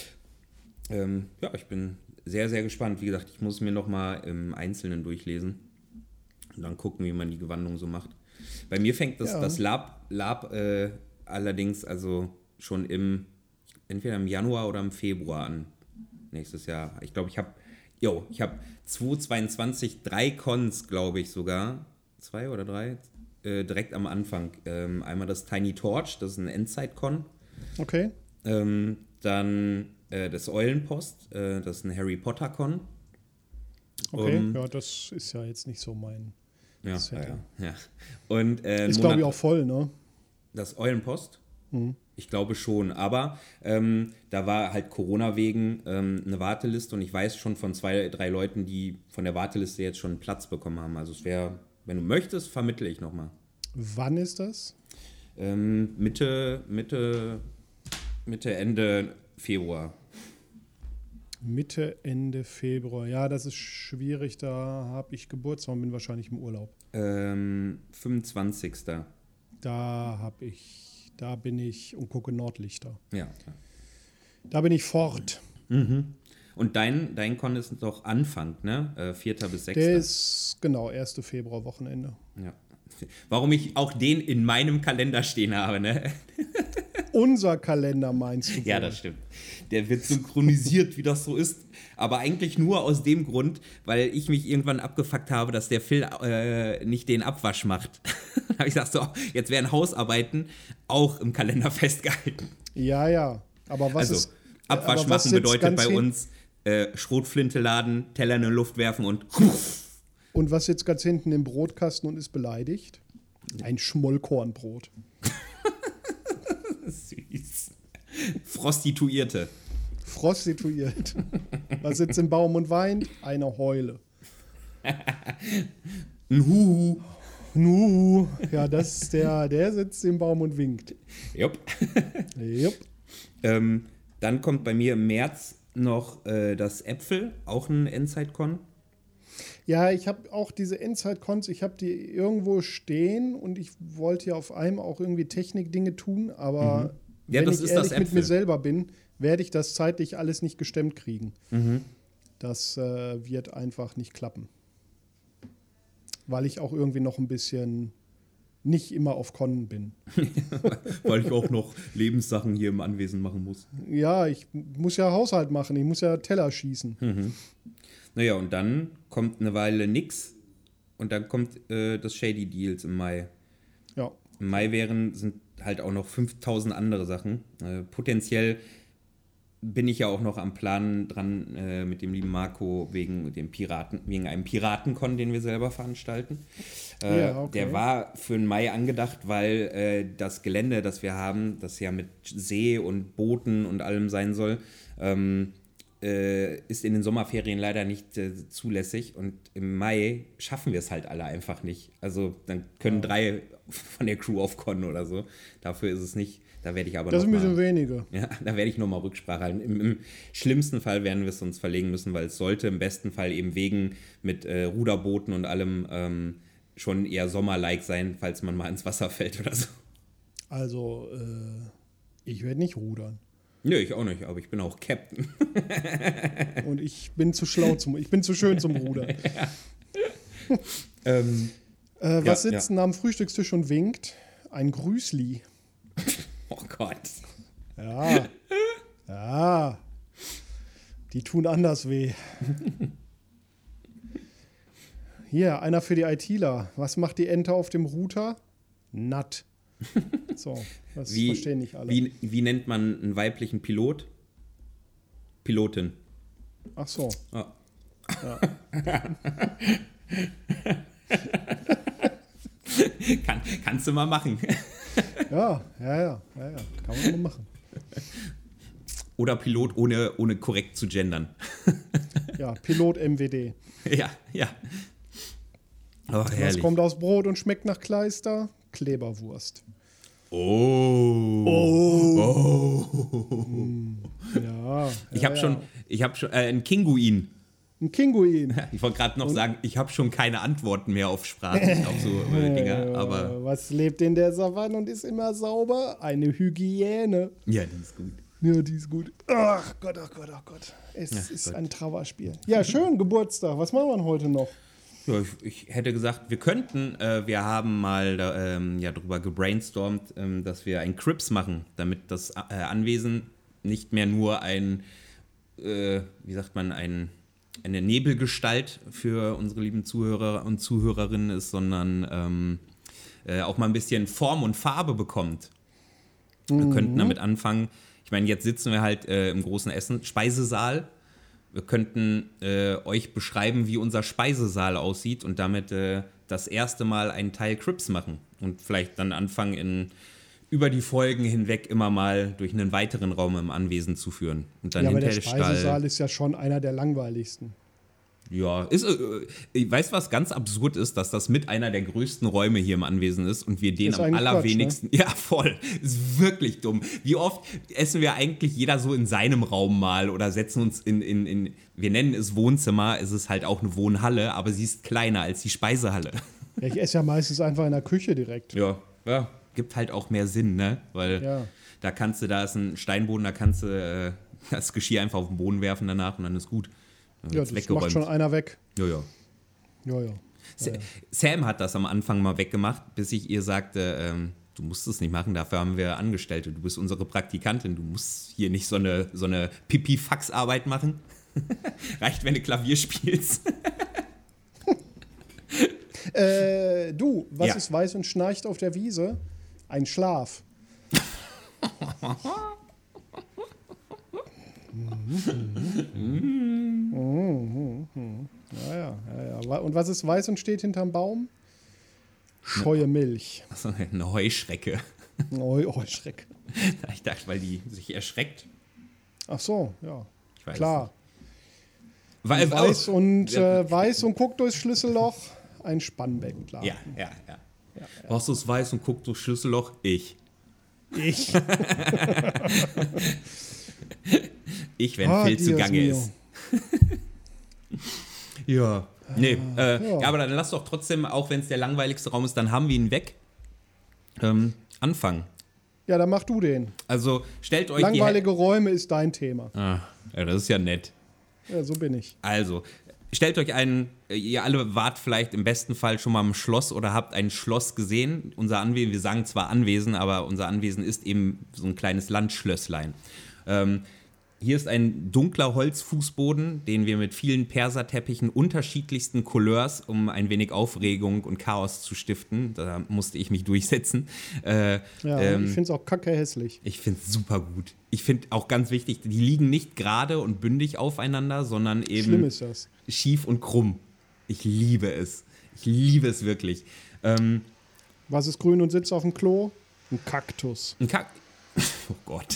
Ich bin sehr, sehr gespannt. Wie gesagt, ich muss es mir noch mal im Einzelnen durchlesen und dann gucken, wie man die Gewandung so macht. Bei mir fängt das Lab allerdings also schon entweder im Januar oder im Februar an. Nächstes Jahr. Ich glaube, ich habe 2022 3 Cons, glaube ich sogar. 2 oder 3. Direkt am Anfang. Einmal das Tiny Torch, das ist ein Endzeit-Con. Okay. Dann das Eulenpost, das ist ein Harry Potter-Con. Okay, das ist ja jetzt nicht so mein... Ja. Und, ist, glaube ich, auch voll, ne? Das Eulenpost? Ich glaube schon, aber da war halt Corona wegen eine Warteliste und ich weiß schon von 2, 3 Leuten, die von der Warteliste jetzt schon Platz bekommen haben. Also es wäre, wenn du möchtest, vermittle ich nochmal. Wann ist das? Mitte, Ende Februar. Mitte, Ende Februar. Ja, das ist schwierig, da habe ich Geburtstag und bin wahrscheinlich im Urlaub. 25. Da bin ich und gucke Nordlichter. Ja. Da bin ich fort. Mhm. Und dein Con ist doch Anfang, ne? 4. bis 6. Der ist, genau, 1. Februar, Wochenende. Ja. Warum ich auch den in meinem Kalender stehen habe, ne? Unser Kalender meinst du? Ja, das stimmt. Der wird synchronisiert, wie das so ist. Aber eigentlich nur aus dem Grund, weil ich mich irgendwann abgefuckt habe, dass der Phil nicht den Abwasch macht. Da habe ich gesagt, so, jetzt werden Hausarbeiten auch im Kalender festgehalten. Ja. Aber was ist... Abwasch machen bedeutet bei uns Schrotflinte laden, Teller in die Luft werfen und... Und was sitzt ganz hinten im Brotkasten und ist beleidigt? Ein Schmollkornbrot. Süß. Prostituierte. Was sitzt im Baum und weint? Eine Heule. Ein Huhu. Ja, das ist der sitzt im Baum und winkt. Jupp. Dann kommt bei mir im März noch das Äpfel, auch ein Endzeit-Con. Ja, ich habe auch diese Endzeit-Cons, ich habe die irgendwo stehen und ich wollte ja auf einem auch irgendwie Technik-Dinge tun, aber wenn ich ehrlich mit mir selber bin, werde ich das zeitlich alles nicht gestemmt kriegen. Das wird einfach nicht klappen. Weil ich auch irgendwie noch ein bisschen nicht immer auf Con bin. Weil ich auch noch Lebenssachen hier im Anwesen machen muss. Ja, ich muss ja Haushalt machen, ich muss ja Teller schießen. Naja, und dann kommt eine Weile nix und dann kommt das Shady Deals im Mai. Ja. Im Mai sind halt auch noch 5000 andere Sachen. Potenziell bin ich ja auch noch am Plan dran mit dem lieben Marco wegen einem Piratenkon, den wir selber veranstalten. Okay. Der war für den Mai angedacht, weil das Gelände, das wir haben, das ja mit See und Booten und allem sein soll, ist in den Sommerferien leider nicht zulässig und im Mai schaffen wir es halt alle einfach nicht. Also dann können 3 von der Crew auf Con oder so. Dafür ist es nicht. Da werde ich aber das ist ein bisschen weniger. Ja, da werde ich nochmal Rücksprache halten. Im schlimmsten Fall werden wir es uns verlegen müssen, weil es sollte im besten Fall eben mit Ruderbooten und allem schon eher sommerlike sein, falls man mal ins Wasser fällt oder so. Also, ich werde nicht rudern. Nö, ich auch nicht, aber ich bin auch Captain. Und ich bin zu schön zum Rudern. Was sitzt denn am Frühstückstisch und winkt? Ein Grüßli. Oh Gott. Ja. Die tun anders weh. Hier, einer für die ITler. Was macht die Ente auf dem Router? Natt. So, das verstehen nicht alle. Wie nennt man einen weiblichen Pilot? Pilotin. Ach so. Oh. Ja. Kannst du mal machen. Ja. Kann man mal machen. Oder Pilot ohne korrekt zu gendern. Ja, Pilot MWD. Ja. Oh, was kommt aus Brot und schmeckt nach Kleister? Kleberwurst. Oh. Ja. Ich habe schon ein Kinguin. Ein Kinguin. Ich wollte gerade noch sagen, ich habe schon keine Antworten mehr auf Sprachen, auf so Dinger, aber... Was lebt in der Savanne und ist immer sauber? Eine Hygiene. Ja, die ist gut. Ja, die ist gut. Ach Gott. Es ist ein Trauerspiel. Ja, schön, Geburtstag. Was machen wir denn heute noch? Ja, ich hätte gesagt, wir haben mal darüber gebrainstormt, dass wir ein Crips machen, damit das Anwesen nicht mehr nur eine Nebelgestalt für unsere lieben Zuhörer und Zuhörerinnen ist, sondern auch mal ein bisschen Form und Farbe bekommt. Wir könnten damit anfangen, ich meine, jetzt sitzen wir halt im großen Speisesaal. Wir könnten euch beschreiben, wie unser Speisesaal aussieht und damit das erste Mal einen Teil Crips machen und vielleicht dann anfangen, über die Folgen hinweg immer mal durch einen weiteren Raum im Anwesen zu führen. Und dann aber der Speisesaal ist ja schon einer der langweiligsten. Ja, weißt du, was ganz absurd ist, dass das mit einer der größten Räume hier im Anwesen ist und wir den am allerwenigsten... Quatsch, ne? Ja, voll. Ist wirklich dumm. Wie oft essen wir eigentlich jeder so in seinem Raum mal oder setzen uns in wir nennen es Wohnzimmer, es ist halt auch eine Wohnhalle, aber sie ist kleiner als die Speisehalle. Ja, ich esse ja meistens einfach in der Küche direkt. Ja, gibt halt auch mehr Sinn, ne? Weil da ist ein Steinboden, da kannst du das Geschirr einfach auf den Boden werfen danach und dann ist gut. Ja, das macht schon einer weg. Ja. Sam hat das am Anfang mal weggemacht, bis ich ihr sagte, du musst es nicht machen, dafür haben wir Angestellte. Du bist unsere Praktikantin, du musst hier nicht so eine Pipi-Fax-Arbeit machen. Reicht, wenn du Klavier spielst. Was ist weiß und schnarcht auf der Wiese? Ein Schlaf. Ja. Und was ist weiß und steht hinterm Baum? Scheue Milch. Achso, eine Heuschrecke. Heuschrecke. Ich dachte, weil die sich erschreckt. Ach so, ja. Ich weiß klar. Weiß und guckt durchs Schlüsselloch. Ein Spannbecken, klar. Ja. Brauchst du es weiß und guckt durchs Schlüsselloch? Ich. Ich, wenn Phil zugange ist. Ja. Nee, aber dann lass doch trotzdem, auch wenn es der langweiligste Raum ist, dann haben wir ihn weg. Anfangen. Ja, dann mach du den. Also stellt euch langweilige Räume ist dein Thema. Ja, das ist ja nett. Ja, so bin ich. Also, stellt euch ihr alle wart vielleicht im besten Fall schon mal im Schloss oder habt ein Schloss gesehen. Unser Anwesen, wir sagen zwar Anwesen, aber unser Anwesen ist eben so ein kleines Landschlösslein. Hier ist ein dunkler Holzfußboden, den wir mit vielen Perserteppichen unterschiedlichsten Couleurs, um ein wenig Aufregung und Chaos zu stiften. Da musste ich mich durchsetzen. Ich finde es auch kacke hässlich. Ich finde es super gut. Ich finde auch ganz wichtig, die liegen nicht gerade und bündig aufeinander, sondern eben schlimm ist das. Schief und krumm. Ich liebe es. Ich liebe es wirklich. Was ist grün und sitzt auf dem Klo? Ein Kaktus. Oh Gott.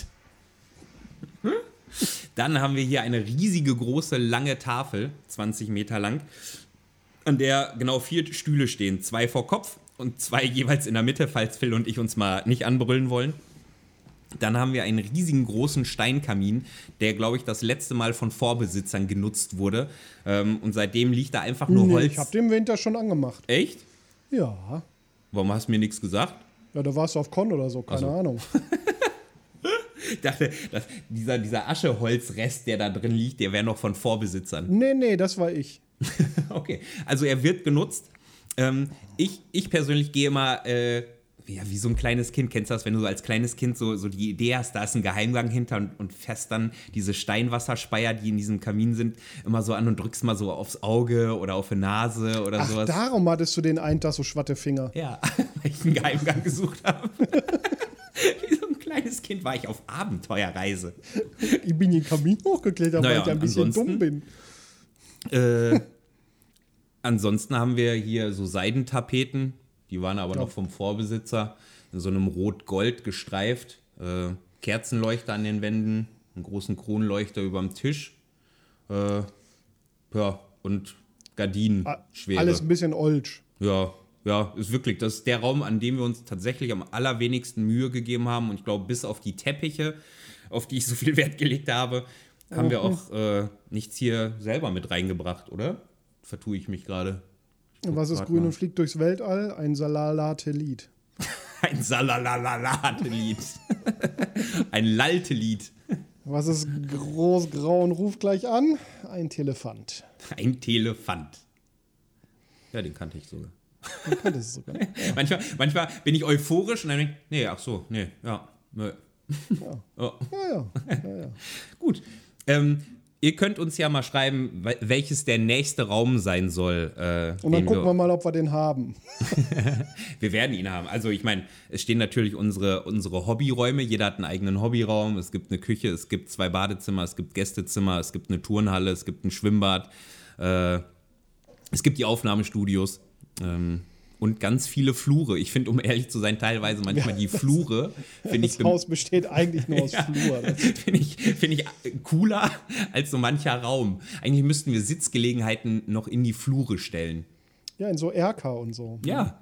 Dann haben wir hier eine riesige, große, lange Tafel, 20 Meter lang, an der genau 4 Stühle stehen. 2 vor Kopf und 2 jeweils in der Mitte, falls Phil und ich uns mal nicht anbrüllen wollen. Dann haben wir einen riesigen, großen Steinkamin, der, glaube ich, das letzte Mal von Vorbesitzern genutzt wurde. Und seitdem liegt da einfach nur Holz. Ich habe den Winter schon angemacht. Echt? Ja. Warum hast du mir nichts gesagt? Ja, da warst du auf Con oder so, keine Ahnung. Ich dachte, dass dieser Ascheholzrest, der da drin liegt, der wäre noch von Vorbesitzern. Nee, das war ich. Okay, also er wird genutzt. Ich persönlich gehe immer, wie so ein kleines Kind, kennst du das, wenn du so als kleines Kind so die Idee hast, da ist ein Geheimgang hinter und fährst dann diese Steinwasserspeier, die in diesem Kamin sind, immer so an und drückst mal so aufs Auge oder auf die Nase oder sowas. Darum hattest du den einen Tag so schwatte Finger. Ja, weil ich einen Geheimgang gesucht habe. Wie so ein kleines Kind war ich auf Abenteuerreise. Ich bin in den Kamin hochgeklettert, weil ich ein bisschen dumm bin. Ansonsten haben wir hier so Seidentapeten, die waren aber noch vom Vorbesitzer, in so einem Rot-Gold gestreift, Kerzenleuchter an den Wänden, einen großen Kronleuchter über dem Tisch, und Gardinen, schwere. Alles ein bisschen olsch. Ja, ist wirklich, das ist der Raum, an dem wir uns tatsächlich am allerwenigsten Mühe gegeben haben. Und ich glaube, bis auf die Teppiche, auf die ich so viel Wert gelegt habe, haben wir auch nichts hier selber mit reingebracht, oder? Vertue ich mich gerade. Was ist grün und fliegt durchs Weltall? Ein Salalatelit. Ein Salalatelit. Ein Laltelied. Was ist groß, grau und ruft gleich an? Ein Telefant. Ein Telefant. Ja, den kannte ich sogar. Den kanntest du sogar. Ja. Manchmal bin ich euphorisch und dann denke ich, ja. Ja. Gut. Ihr könnt uns ja mal schreiben, welches der nächste Raum sein soll. Und dann gucken wir mal, ob wir den haben. Wir werden ihn haben. Also ich meine, es stehen natürlich unsere Hobbyräume. Jeder hat einen eigenen Hobbyraum. Es gibt eine Küche, es gibt 2 Badezimmer, es gibt Gästezimmer, es gibt eine Turnhalle, es gibt ein Schwimmbad. Es gibt die Aufnahmestudios. Und ganz viele Flure. Ich finde, um ehrlich zu sein, teilweise manchmal die Flure. Das Haus besteht eigentlich nur aus Flur. Finde ich cooler als so mancher Raum. Eigentlich müssten wir Sitzgelegenheiten noch in die Flure stellen. Ja, in so Erker und so. Ja.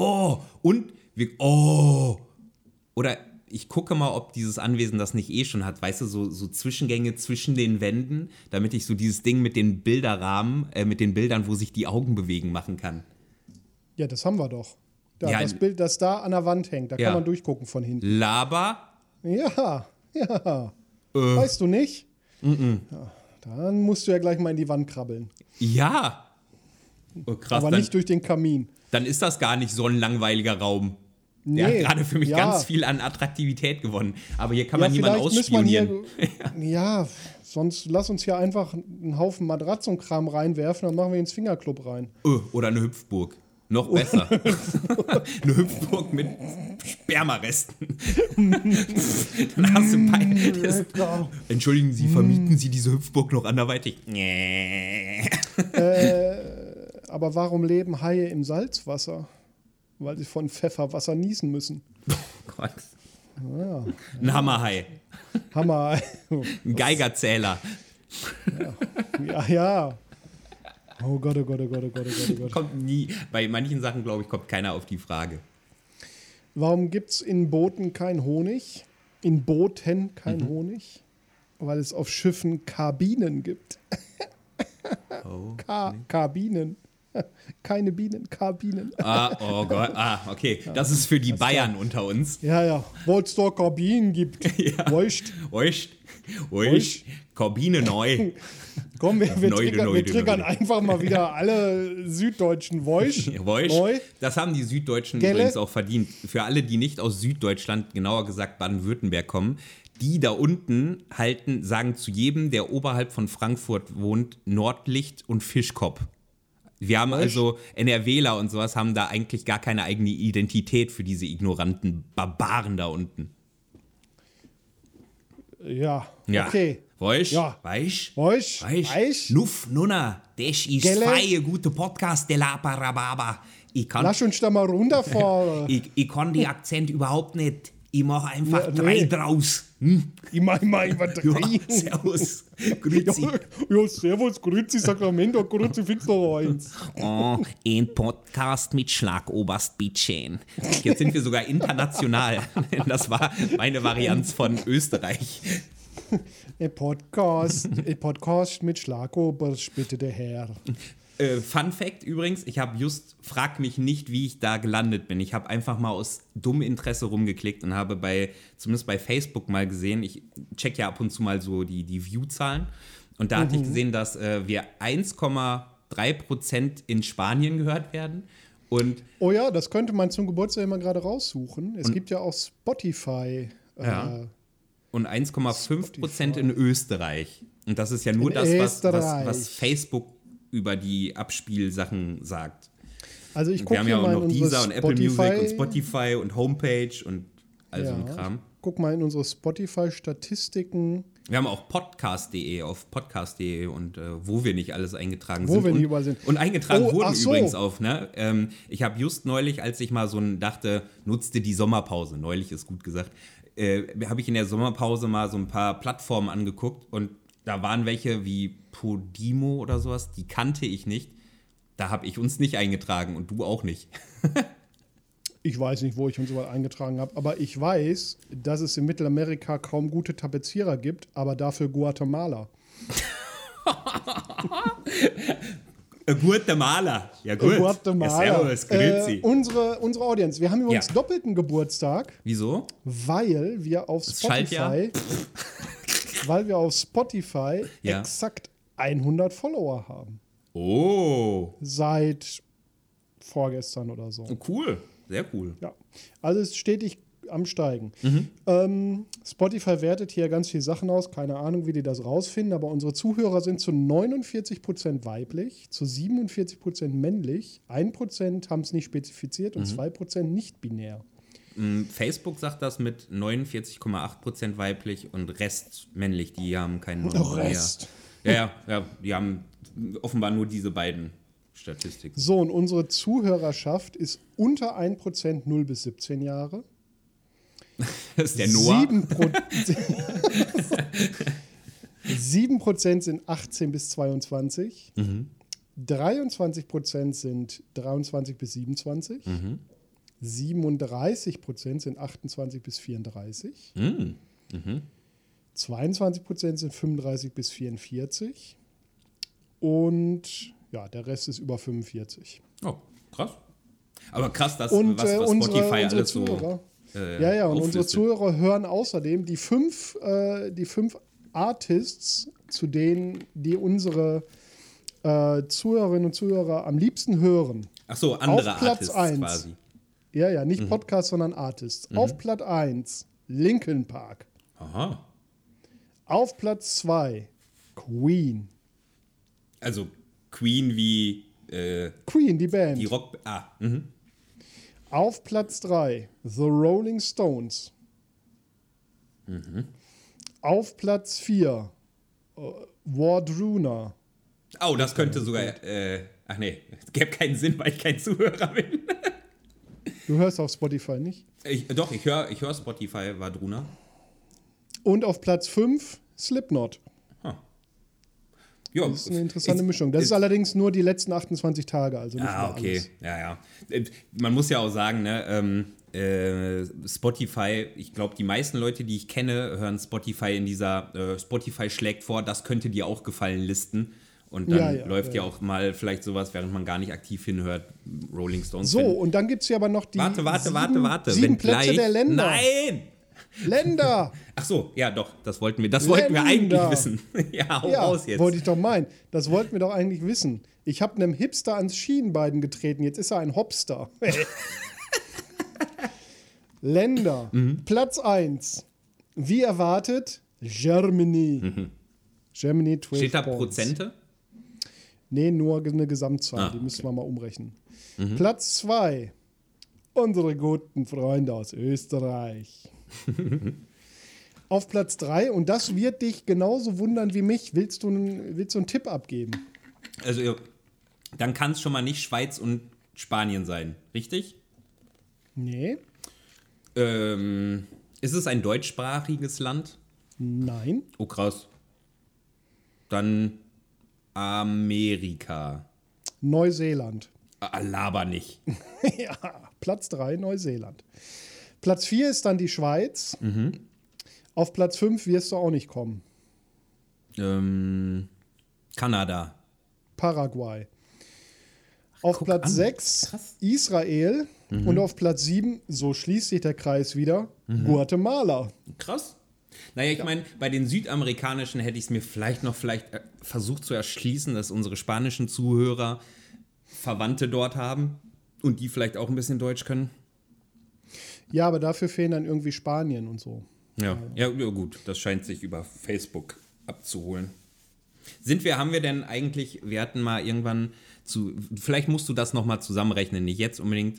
Oder ich gucke mal, ob dieses Anwesen das nicht schon hat. Weißt du, so Zwischengänge zwischen den Wänden, damit ich so dieses Ding mit den Bilderrahmen, mit den Bildern, wo sich die Augen bewegen, machen kann. Ja, das haben wir doch. Das Bild, das da an der Wand hängt, da kann man durchgucken von hinten. Laber? Ja. Weißt du nicht? Ja, dann musst du ja gleich mal in die Wand krabbeln. Ja. Oh, krass, aber nicht durch den Kamin. Dann ist das gar nicht so ein langweiliger Raum. Nee, der hat gerade für mich ganz viel an Attraktivität gewonnen. Aber hier kann man niemanden ausspionieren. Sonst lass uns hier einfach einen Haufen Matratzenkram reinwerfen, dann machen wir ins Fingerclub rein. Oder eine Hüpfburg. Noch besser. Eine Hüpfburg mit Spermaresten. Dann hast du Entschuldigen Sie, vermieten Sie diese Hüpfburg noch anderweitig? Aber warum leben Haie im Salzwasser? Weil sie von Pfefferwasser niesen müssen. Oh Gott. Ja. Ein Hammerhai. Hammerhai. Ein Geigerzähler. Ja. Oh Gott. Kommt nie. Bei manchen Sachen, glaube ich, kommt keiner auf die Frage. Warum gibt es in Booten kein Honig? In Booten kein Honig? Weil es auf Schiffen Kabinen gibt. Kabinen. Keine Bienen, Kabinen. Oh Gott. Okay. Das ist für die Bayern unter uns. Ja. Weil es da Kabinen gibt. Ja. Weißt. Kabine neu. Komm, wir triggern einfach mal wieder alle süddeutschen Voice. Das haben die Süddeutschen übrigens auch verdient. Für alle, die nicht aus Süddeutschland, genauer gesagt Baden-Württemberg kommen, die da unten sagen zu jedem, der oberhalb von Frankfurt wohnt, Nordlicht und Fischkopf. Wir haben also NRWler und sowas haben da eigentlich gar keine eigene Identität für diese ignoranten Barbaren da unten. Ja. Okay. Weißt? Nuff, Nunna, das ist feie gute Podcast, der Laparababa. Lass uns da mal runterfahren. Ich kann die Akzent überhaupt nicht. Ich mache einfach 3 draus. Ich mach einfach 3. Ja, servus, grüezi. Ja, servus, grüezi, Sacramento, grüezi, fix noch eins. Oh, ein Podcast mit Schlagoberstbitchen. Jetzt sind wir sogar international. Das war meine Varianz von Österreich. Ein Podcast mit Schlagoberst, bitte der Herr. Fun Fact übrigens, frag mich nicht, wie ich da gelandet bin. Ich habe einfach mal aus dummem Interesse rumgeklickt und habe zumindest bei Facebook mal gesehen, ich check ja ab und zu mal so die View-Zahlen und da hatte ich gesehen, dass wir 1,3% in Spanien gehört werden. Und oh ja, das könnte man zum Geburtstag immer gerade raussuchen. Es gibt ja auch Spotify. Und 1,5% in Österreich. Und das ist ja nur das, was Facebook über die Abspielsachen sagt. Also ich gucke ja auch noch Deezer und Apple Music und Spotify und Homepage und all so ein Kram. Guck mal in unsere Spotify-Statistiken. Wir haben auch podcast.de und wo wir nicht alles eingetragen sind. Wo wir nicht überall sind. Und eingetragen wurden übrigens auf. Ne? Ich habe just neulich, als ich mal nutzte die Sommerpause, neulich ist gut gesagt, habe ich in der Sommerpause mal so ein paar Plattformen angeguckt und da waren welche wie Podimo oder sowas, die kannte ich nicht. Da habe ich uns nicht eingetragen und du auch nicht. Ich weiß nicht, wo ich uns überall eingetragen habe, aber ich weiß, dass es in Mittelamerika kaum gute Tapezierer gibt, aber dafür Guatemala. Guatemala. Ja, gut. Guatemala. Ja, servus, grüezi. Unsere Audience. Wir haben übrigens doppelten Geburtstag. Wieso? Weil wir auf Spotify exakt 100 Follower haben. Oh. Seit vorgestern oder so. Oh, cool. Sehr cool. Ja. Also es ist stetig am Steigen. Spotify wertet hier ganz viele Sachen aus. Keine Ahnung, wie die das rausfinden, aber unsere Zuhörer sind zu 49% weiblich, zu 47% männlich, 1% haben es nicht spezifiziert und 2% nicht binär. Facebook sagt das mit 49,8% weiblich und Rest männlich. Die haben keinen Rest. Ja, die haben offenbar nur diese beiden Statistiken. So, und unsere Zuhörerschaft ist unter 1% 0 bis 17 Jahre. Das ist der Noah. 7% sind 18 bis 22. 23% sind 23 bis 27. 37% sind 28 bis 34. 22% sind 35 bis 44. Und ja, der Rest ist über 45. Oh, krass. Aber krass, was Spotify alles Zuhörer, so und unsere Zuhörer hören außerdem die fünf Artists, zu denen die unsere Zuhörerinnen und Zuhörer am liebsten hören. Ach so, andere auf Platz Artists 1, quasi. Ja, nicht Podcast, sondern Artists. Auf Platz 1 Linkin Park. Aha. Auf Platz 2 Queen. Also Queen wie Queen, die Band. Die Rock. Auf Platz 3 The Rolling Stones. Auf Platz 4 Wardruna. Oh, das könnte sogar. Ach nee, es gäbe keinen Sinn, weil ich kein Zuhörer bin. Du hörst auf Spotify nicht? Ich höre Spotify, Wardruna. Und auf Platz 5 Slipknot. Jo, das ist eine interessante Mischung. Das ist allerdings nur die letzten 28 Tage. Also nicht mehr okay. alles. Ja. Man muss ja auch sagen, ne, Spotify, ich glaube, die meisten Leute, die ich kenne, hören Spotify in dieser Spotify schlägt vor, das könnte dir auch gefallen Listen. Und dann läuft ja auch mal vielleicht sowas, während man gar nicht aktiv hinhört, Rolling Stones. So, und dann gibt es ja aber noch die Warte. sieben Plätze der Länder. Nein! Länder! Ach so, ja doch, das wollten wir eigentlich wissen. Ja, hau raus jetzt. Wollte ich doch meinen. Das wollten wir doch eigentlich wissen. Ich habe einem Hipster ans Schienbein getreten, jetzt ist er ein Hopster. Länder. Platz 1. Wie erwartet, Germany. Germany 12 Steht da Points. Prozente? Nee, nur eine Gesamtzahl, die müssen wir mal umrechnen. Platz 2. Unsere guten Freunde aus Österreich. Auf Platz 3, und das wird dich genauso wundern wie mich, willst du einen Tipp abgeben? Also, dann kann es schon mal nicht Schweiz und Spanien sein, richtig? Nee. Ist es ein deutschsprachiges Land? Nein. Oh, krass. Dann Amerika. Neuseeland. Laber nicht. Ja, Platz 3, Neuseeland. Platz 4 ist dann die Schweiz. Auf Platz 5 wirst du auch nicht kommen. Kanada. Paraguay. Auf Platz 6 Israel. Und auf Platz 7, so schließt sich der Kreis wieder, Guatemala. Krass. Naja, ich meine, bei den südamerikanischen hätte ich es mir vielleicht versucht zu erschließen, dass unsere spanischen Zuhörer Verwandte dort haben und die vielleicht auch ein bisschen Deutsch können. Ja, aber dafür fehlen dann irgendwie Spanien und so. Ja, gut, das scheint sich über Facebook abzuholen. Haben wir denn eigentlich, wir hatten mal irgendwann vielleicht musst du das nochmal zusammenrechnen, nicht jetzt unbedingt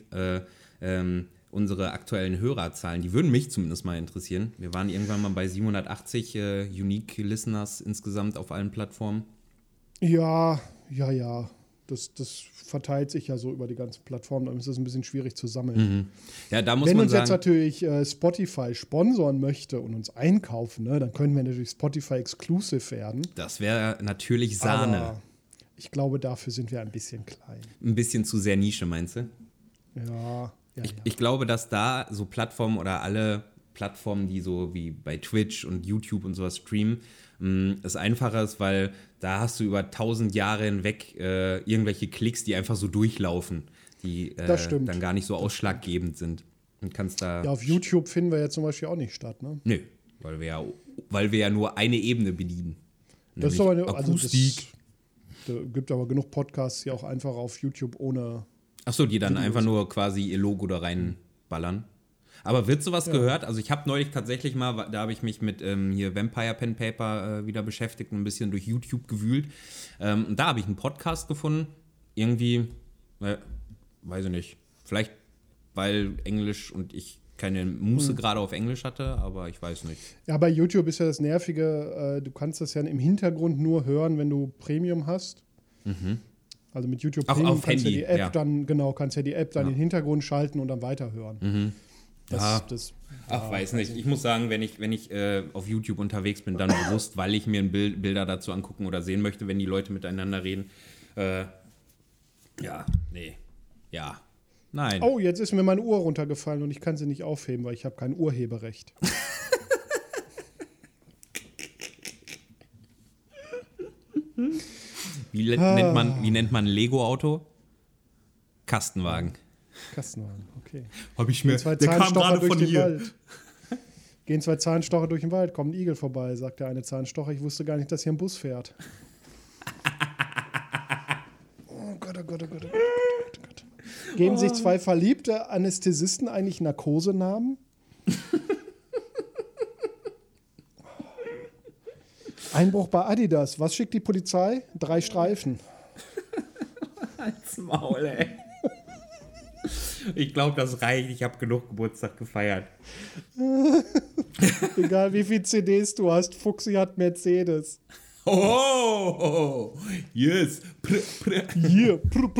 unsere aktuellen Hörerzahlen, die würden mich zumindest mal interessieren. Wir waren irgendwann mal bei 780 Unique Listeners insgesamt auf allen Plattformen. Ja. Das verteilt sich ja so über die ganzen Plattformen, dann ist das ein bisschen schwierig zu sammeln. Ja, da muss Wenn man uns sagen, jetzt natürlich Spotify sponsoren möchte und uns einkaufen, ne, dann können wir natürlich Spotify Exclusive werden. Das wäre natürlich Sahne. Aber ich glaube, dafür sind wir ein bisschen klein. Ein bisschen zu sehr Nische, meinst du? Ja. Ich glaube, dass da so Plattformen oder alle Plattformen, die so wie bei Twitch und YouTube und sowas streamen, es einfacher ist, weil da hast du über 1000 Jahre hinweg irgendwelche Klicks, die einfach so durchlaufen, die dann gar nicht so ausschlaggebend sind. Und kannst da auf YouTube finden wir ja zum Beispiel auch nicht statt, ne? Nö, weil wir ja nur eine Ebene bedienen. Das ist aber Akustik. Da gibt aber genug Podcasts, die auch einfach auf YouTube ohne. Achso, die dann Videos einfach nur quasi ihr Logo da reinballern. Aber wird sowas gehört? Also ich habe neulich tatsächlich mal, da habe ich mich mit hier Vampire Pen Paper wieder beschäftigt und ein bisschen durch YouTube gewühlt. Und da habe ich einen Podcast gefunden. Irgendwie, weiß ich nicht, vielleicht weil Englisch und ich keine Muße gerade auf Englisch hatte, aber ich weiß nicht. Ja, bei YouTube ist ja das Nervige, du kannst das ja im Hintergrund nur hören, wenn du Premium hast. Also mit YouTube Premium kannst du die App dann in den Hintergrund schalten und dann weiterhören. Weiß nicht. Ich muss sagen, wenn ich auf YouTube unterwegs bin, dann bewusst, weil ich mir Bilder dazu angucken oder sehen möchte, wenn die Leute miteinander reden. Nein. Oh, jetzt ist mir meine Uhr runtergefallen und ich kann sie nicht aufheben, weil ich habe kein Urheberrecht. Wie nennt man ein Lego-Auto? Kastenwagen. Kastenwagen, okay. Hab ich mir. Der kam gerade von hier. Gehen 2 Zahnstocher durch den Wald, kommt ein Igel vorbei, sagt der eine Zahnstocher. Ich wusste gar nicht, dass hier ein Bus fährt. Oh Gott, oh Gott, oh Gott, oh Gott, oh Gott. Geben sich 2 verliebte Anästhesisten eigentlich Narkosenamen? Einbruch bei Adidas. Was schickt die Polizei? 3 Streifen. Halt's Maul, ey. Ich glaube, das reicht. Ich habe genug Geburtstag gefeiert. Egal wie viele CDs du hast, Fuchsi hat Mercedes. Oh, yes. Hier.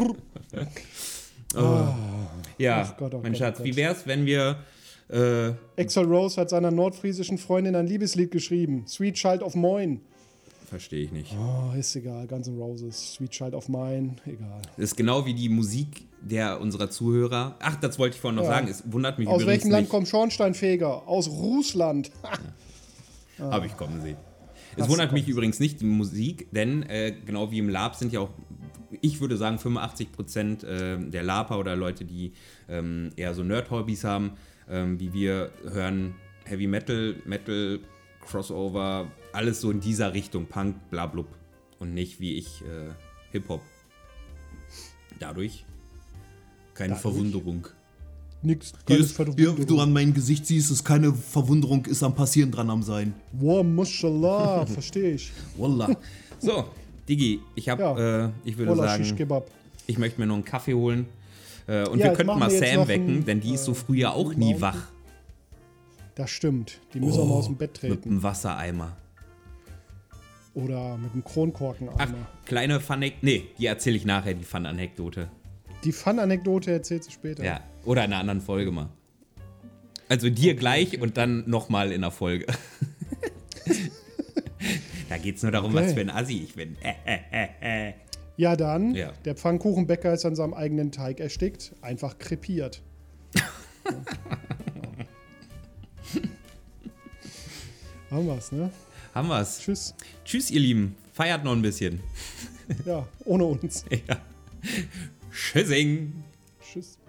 Ja, mein Schatz, wie wär's, wenn wir... Axl Rose hat seiner nordfriesischen Freundin ein Liebeslied geschrieben. Sweet Child of Mine. Verstehe ich nicht. Oh, ist egal. Guns N' Roses. Sweet Child of Mine. Egal. Das ist genau wie die Musik unserer Zuhörer. Ach, das wollte ich vorhin noch sagen. Es wundert mich Aus übrigens welchem Land kommt Schornsteinfeger? Aus Russland. Habe ich kommen sehen. Es wundert mich übrigens nicht, die Musik, denn genau wie im Lab sind ja auch, ich würde sagen, 85% der Laper oder Leute, die eher so Nerd-Hobbys haben, wie wir hören Heavy Metal, Metal, Crossover, alles so in dieser Richtung, Punk, blablub. Und nicht wie ich Hip-Hop. Dadurch keine Verwunderung. Nix. Hier, du an mein Gesicht siehst, ist keine Verwunderung, ist am Passieren dran am Sein. Wow, mashallah, verstehe ich. Wallah. So, Digi, ich würde sagen, ich möchte mir noch einen Kaffee holen. Und wir könnten mal Sam wecken, denn die ist so früher auch nie wach. Das stimmt. Die müssen auch mal aus dem Bett treten. Mit einem Wassereimer. Oder mit einem Kronkorkeneimer. Ach, kleine Fun-Anekdote. Nee, die erzähle ich nachher, die Fun-Anekdote. Die Fun-Anekdote erzählt sie später. Ja, oder in einer anderen Folge mal. Also dir gleich und dann nochmal in der Folge. Da geht's nur darum, was für ein Assi ich bin. Ja, dann, der Pfannkuchenbäcker ist an seinem eigenen Teig erstickt, einfach krepiert. Haben wir's, ne? Haben wir's. Tschüss. Tschüss, ihr Lieben. Feiert noch ein bisschen. Ja, ohne uns. Ja. Tschüssing. Tschüss.